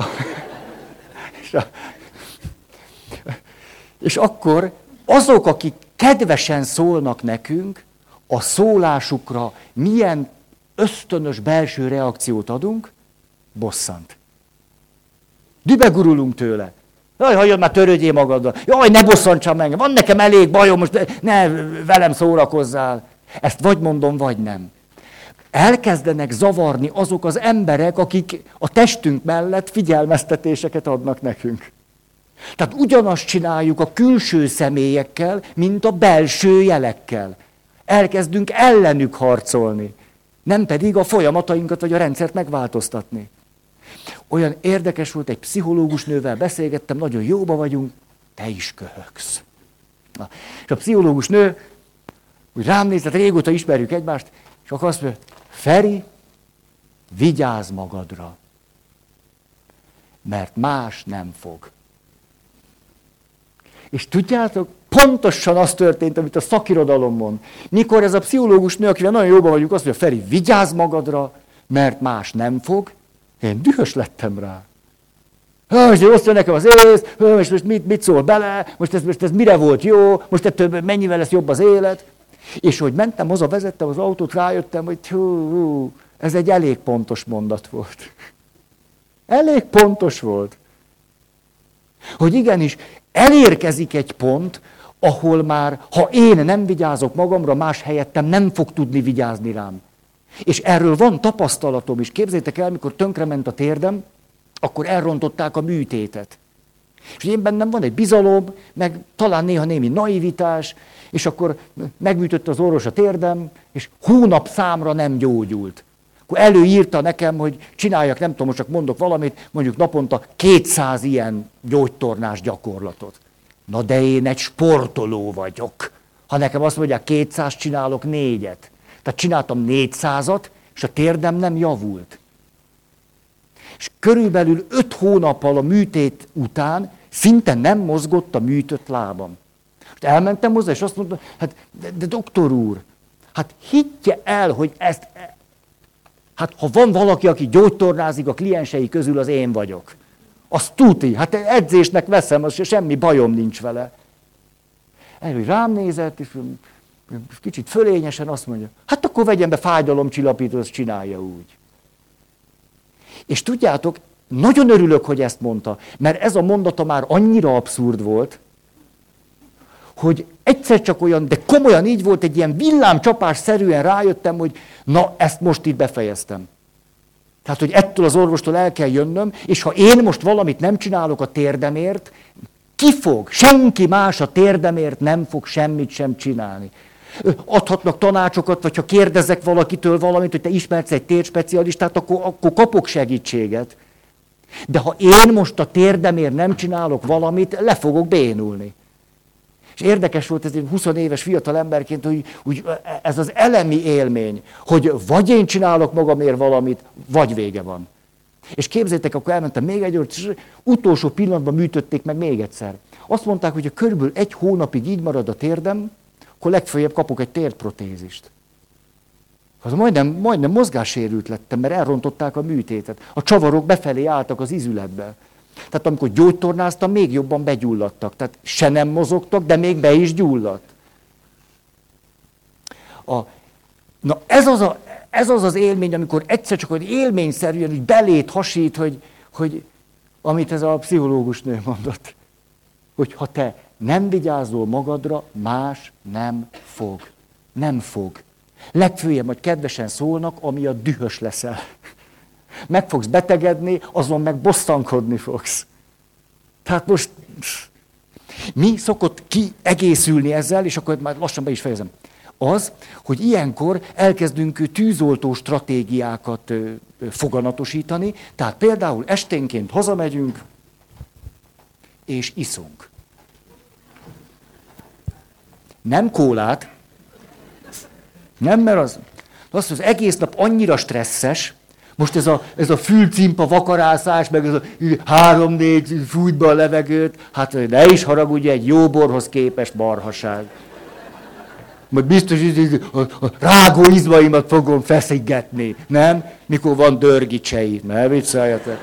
És akkor azok, akik kedvesen szólnak nekünk, a szólásukra milyen ösztönös belső reakciót adunk, bosszant. Dübegurulunk tőle. Jaj, halljon, már törődjél magaddal. Jaj, ne bosszantsam engem, van nekem elég bajom, most ne velem szórakozzál. Ezt vagy mondom, vagy nem. Elkezdenek zavarni azok az emberek, akik a testünk mellett figyelmeztetéseket adnak nekünk. Tehát ugyanazt csináljuk a külső személyekkel, mint a belső jelekkel. Elkezdünk ellenük harcolni, nem pedig a folyamatainkat vagy a rendszert megváltoztatni. Olyan érdekes volt, egy pszichológus nővel beszélgettem, nagyon jóba vagyunk, te is köhögsz. És a pszichológus nő úgy rám nézett, régóta ismerjük egymást, és akkor azt mondja, Feri, vigyázz magadra, mert más nem fog. És tudjátok, pontosan az történt, amit a szakirodalom mond. Mikor ez a pszichológus nő, akivel nagyon jóban vagyunk, azt mondja, Feri, vigyázz magadra, mert más nem fog, én dühös lettem rá. Most osztja nekem az ész, most mit szól bele, most ez mire volt jó, most ettől mennyivel lesz jobb az élet. És hogy mentem, vezettem az autót, rájöttem, hogy ez egy elég pontos mondat volt. Elég pontos volt. Hogy igenis, elérkezik egy pont, ahol már, ha én nem vigyázok magamra, más helyettem nem fog tudni vigyázni rám. És erről van tapasztalatom is. Képzeljétek el, mikor tönkrement a térdem, akkor elrontották a műtétet. És én bennem van egy bizalom, meg talán néha némi naivitás, és akkor megműtött az orvos a térdem, és hónap számra nem gyógyult. Akkor előírta nekem, hogy csináljak, nem tudom, most csak mondok valamit, mondjuk naponta 200 ilyen gyógytornás gyakorlatot. Na de én egy sportoló vagyok. Ha nekem azt mondják 200, csinálok 4-et. Tehát csináltam 400-at, és a térdem nem javult. És körülbelül 5 hónappal a műtét után szinte nem mozgott a műtött lábam. És elmentem hozzá, és azt mondtam, hát de doktor úr, hát higgye el, hogy ezt... Hát ha van valaki, aki gyógytornázik a kliensei közül, az én vagyok. Azt tuti, hát edzésnek veszem, az semmi bajom nincs vele. Erről rám nézett, és kicsit fölényesen azt mondja, hát akkor vegyen be fájdalomcsillapítót, azt csinálja úgy. És tudjátok, nagyon örülök, hogy ezt mondta, mert ez a mondata már annyira abszurd volt, hogy egyszer csak olyan, de komolyan így volt, egy ilyen villámcsapásszerűen rájöttem, hogy na, ezt most itt befejeztem. Tehát, hogy ettől az orvostól el kell jönnöm, és ha én most valamit nem csinálok a térdemért, ki fog? Senki más a térdemért nem fog semmit sem csinálni. Adhatnak tanácsokat, vagy ha kérdezek valakitől valamit, hogy te ismersz egy térdspecialistát, akkor kapok segítséget. De ha én most a térdemért nem csinálok valamit, le fogok bénulni. És érdekes volt ez egy 20 éves fiatal emberként, hogy ez az elemi élmény, hogy vagy én csinálok magamért valamit, vagy vége van. És képzeljétek, akkor elmentem még egy óra, és utolsó pillanatban műtötték meg még egyszer. Azt mondták, hogy ha körülbelül 1 hónapig így marad a térdem, akkor legfeljebb kapok egy térdprotézist. Az majdnem mozgássérült lettem, mert elrontották a műtétet. A csavarok befelé álltak az izületbe. Tehát amikor gyógytornáztam, még jobban begyulladtak. Tehát se nem mozogtak, de még be is gyulladt. Na ez az az élmény, amikor egyszer csak hogy élményszerűen hogy belét hasít, hogy amit ez a pszichológus nő mondott, hogy ha te nem vigyázol magadra, más nem fog. Nem fog. Legfőjebb, hogy kedvesen szólnak, amiatt dühös leszel. Meg fogsz betegedni, azon meg bosszankodni fogsz. Tehát most mi szokott kiegészülni ezzel, és akkor már lassan be is fejezem. Az, hogy ilyenkor elkezdünk tűzoltó stratégiákat foganatosítani, tehát például esténként hazamegyünk, és iszunk. Nem kólát, nem, mert az egész nap annyira stresszes, most ez a fülcimpa vakarászás, meg ez a 3-4 fújt be a levegőt, hát ne is haragudj, egy jó borhoz képest marhaság. Majd biztos, hogy a rágó izmaimat fogom fesziggetni, nem? Mikor van dörgicsei, ne vicceljetek.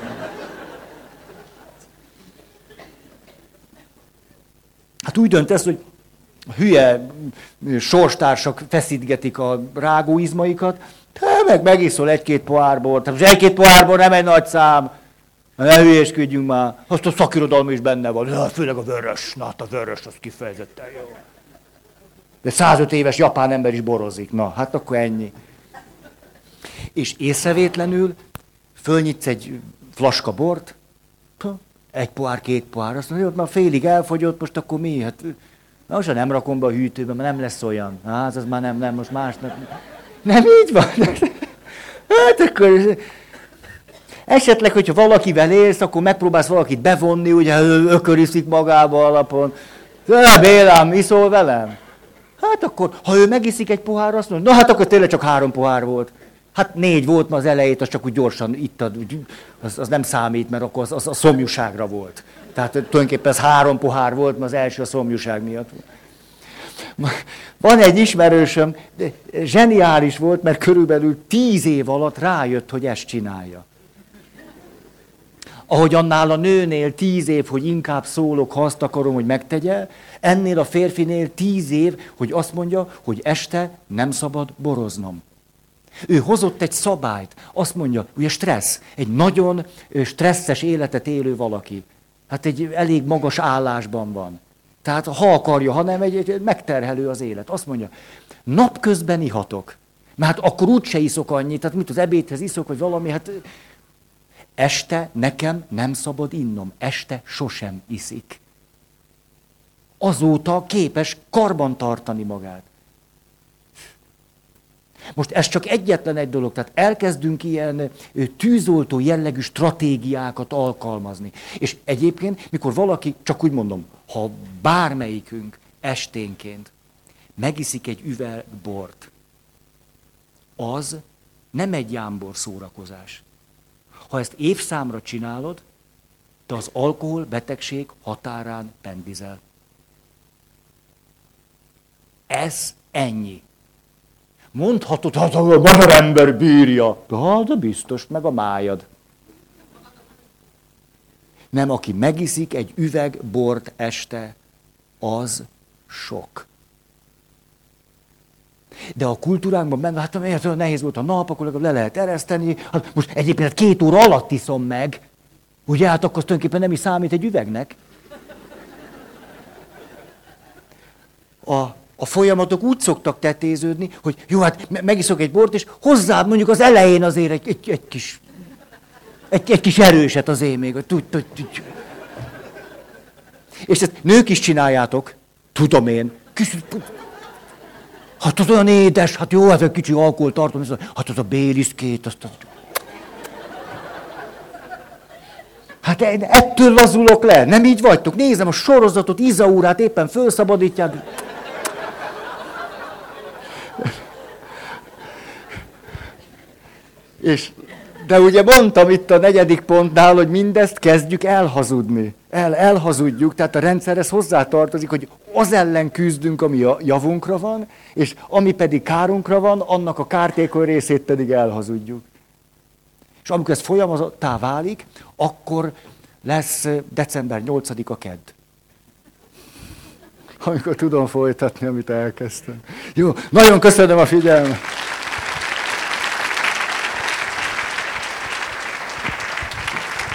Hát úgy döntesz, hogy hülye sorstársak feszítgetik a rágóizmaikat, te megiszol 1-2 pohár bort, most 1-2 pohár bor nem egy nagy szám, ne hülyéskedjünk már, azt a szakirodalom is benne van, főleg a vörös, na hát a vörös az kifejezetten jó. De 105 éves japán ember is borozik, na hát akkor ennyi. És észrevétlenül fölnyitsz egy flaska bort, 1 pohár, 2 pohár, azt mondja, hogy már félig elfogyott, most akkor mi? Hát, most nem rakom be a hűtőbe, mert nem lesz olyan. Hát az már nem, most másnak. Nem így van. Hát akkor esetleg, hogyha valakivel élsz, akkor megpróbálsz valakit bevonni, ugye ököriszik magába alapon. Bélám, iszol velem? Hát akkor, ha ő megiszik egy pohár, azt mondja, na hát akkor tényleg csak 3 pohár volt. Hát 4 volt, ma az elejét, az csak úgy gyorsan ittad, az nem számít, mert akkor az a szomjúságra volt. Tehát tulajdonképpen ez 3 pohár volt, ma az első a szomjúság miatt. Van egy ismerősöm, zseniális volt, mert körülbelül 10 év alatt rájött, hogy ezt csinálja. Ahogy annál a nőnél 10 év, hogy inkább szólok, ha azt akarom, hogy megtegye, ennél a férfinél 10 év, hogy azt mondja, hogy este nem szabad boroznom. Ő hozott egy szabályt, azt mondja, ugye stressz, egy nagyon stresszes életet élő valaki. Hát egy elég magas állásban van. Tehát ha akarja, ha nem, egy megterhelő az élet. Azt mondja, napközben ihatok. Mert hát akkor úgyse iszok annyit, tehát mit az ebédhez iszok, vagy valami, hát este nekem nem szabad innom. Este sosem iszik. Azóta képes karbantartani magát. Most ez csak egyetlen egy dolog, tehát elkezdünk ilyen tűzoltó jellegű stratégiákat alkalmazni. És egyébként, mikor valaki, csak úgy mondom, ha bármelyikünk esténként megiszik egy üveg bort, az nem egy jámbor szórakozás. Ha ezt évszámra csinálod, te az alkoholbetegség határán pendizel. Ez ennyi. Mondhatod, hát a magyar ember bírja. De biztos, meg a májad. Nem, aki megiszik egy üveg bort este, az sok. De a kultúránkban benne, hát miért olyan nehéz volt a nap, akkor le lehet ereszteni. Hát most egyébként 2 óra alatt iszom meg. Ugye, hát akkor tulajdonképpen nem is számít egy üvegnek. A folyamatok úgy szoktak tetéződni, hogy jó, hát megiszok egy bort, és hozzád mondjuk az elején azért egy kis erőset azért még. És ezt nők is csináljátok, tudom én. Hát az olyan édes, hát jó, hát egy kicsi alkoholtartalom, hát az a Baileys-két, azt... Hát ettől lazulok le, nem így vagytok? Nézem a sorozatot, Izaurát éppen fölszabadítják. De ugye mondtam itt a 4. pontnál, hogy mindezt kezdjük elhazudni. Elhazudjuk, tehát a rendszerhez hozzátartozik, hogy az ellen küzdünk, ami a javunkra van, és ami pedig kárunkra van, annak a kártékony részét pedig elhazudjuk. És amikor ez folyamattá válik, akkor lesz december 8-a kedd. Amikor tudom folytatni, amit elkezdtem. Jó, nagyon köszönöm a figyelmet!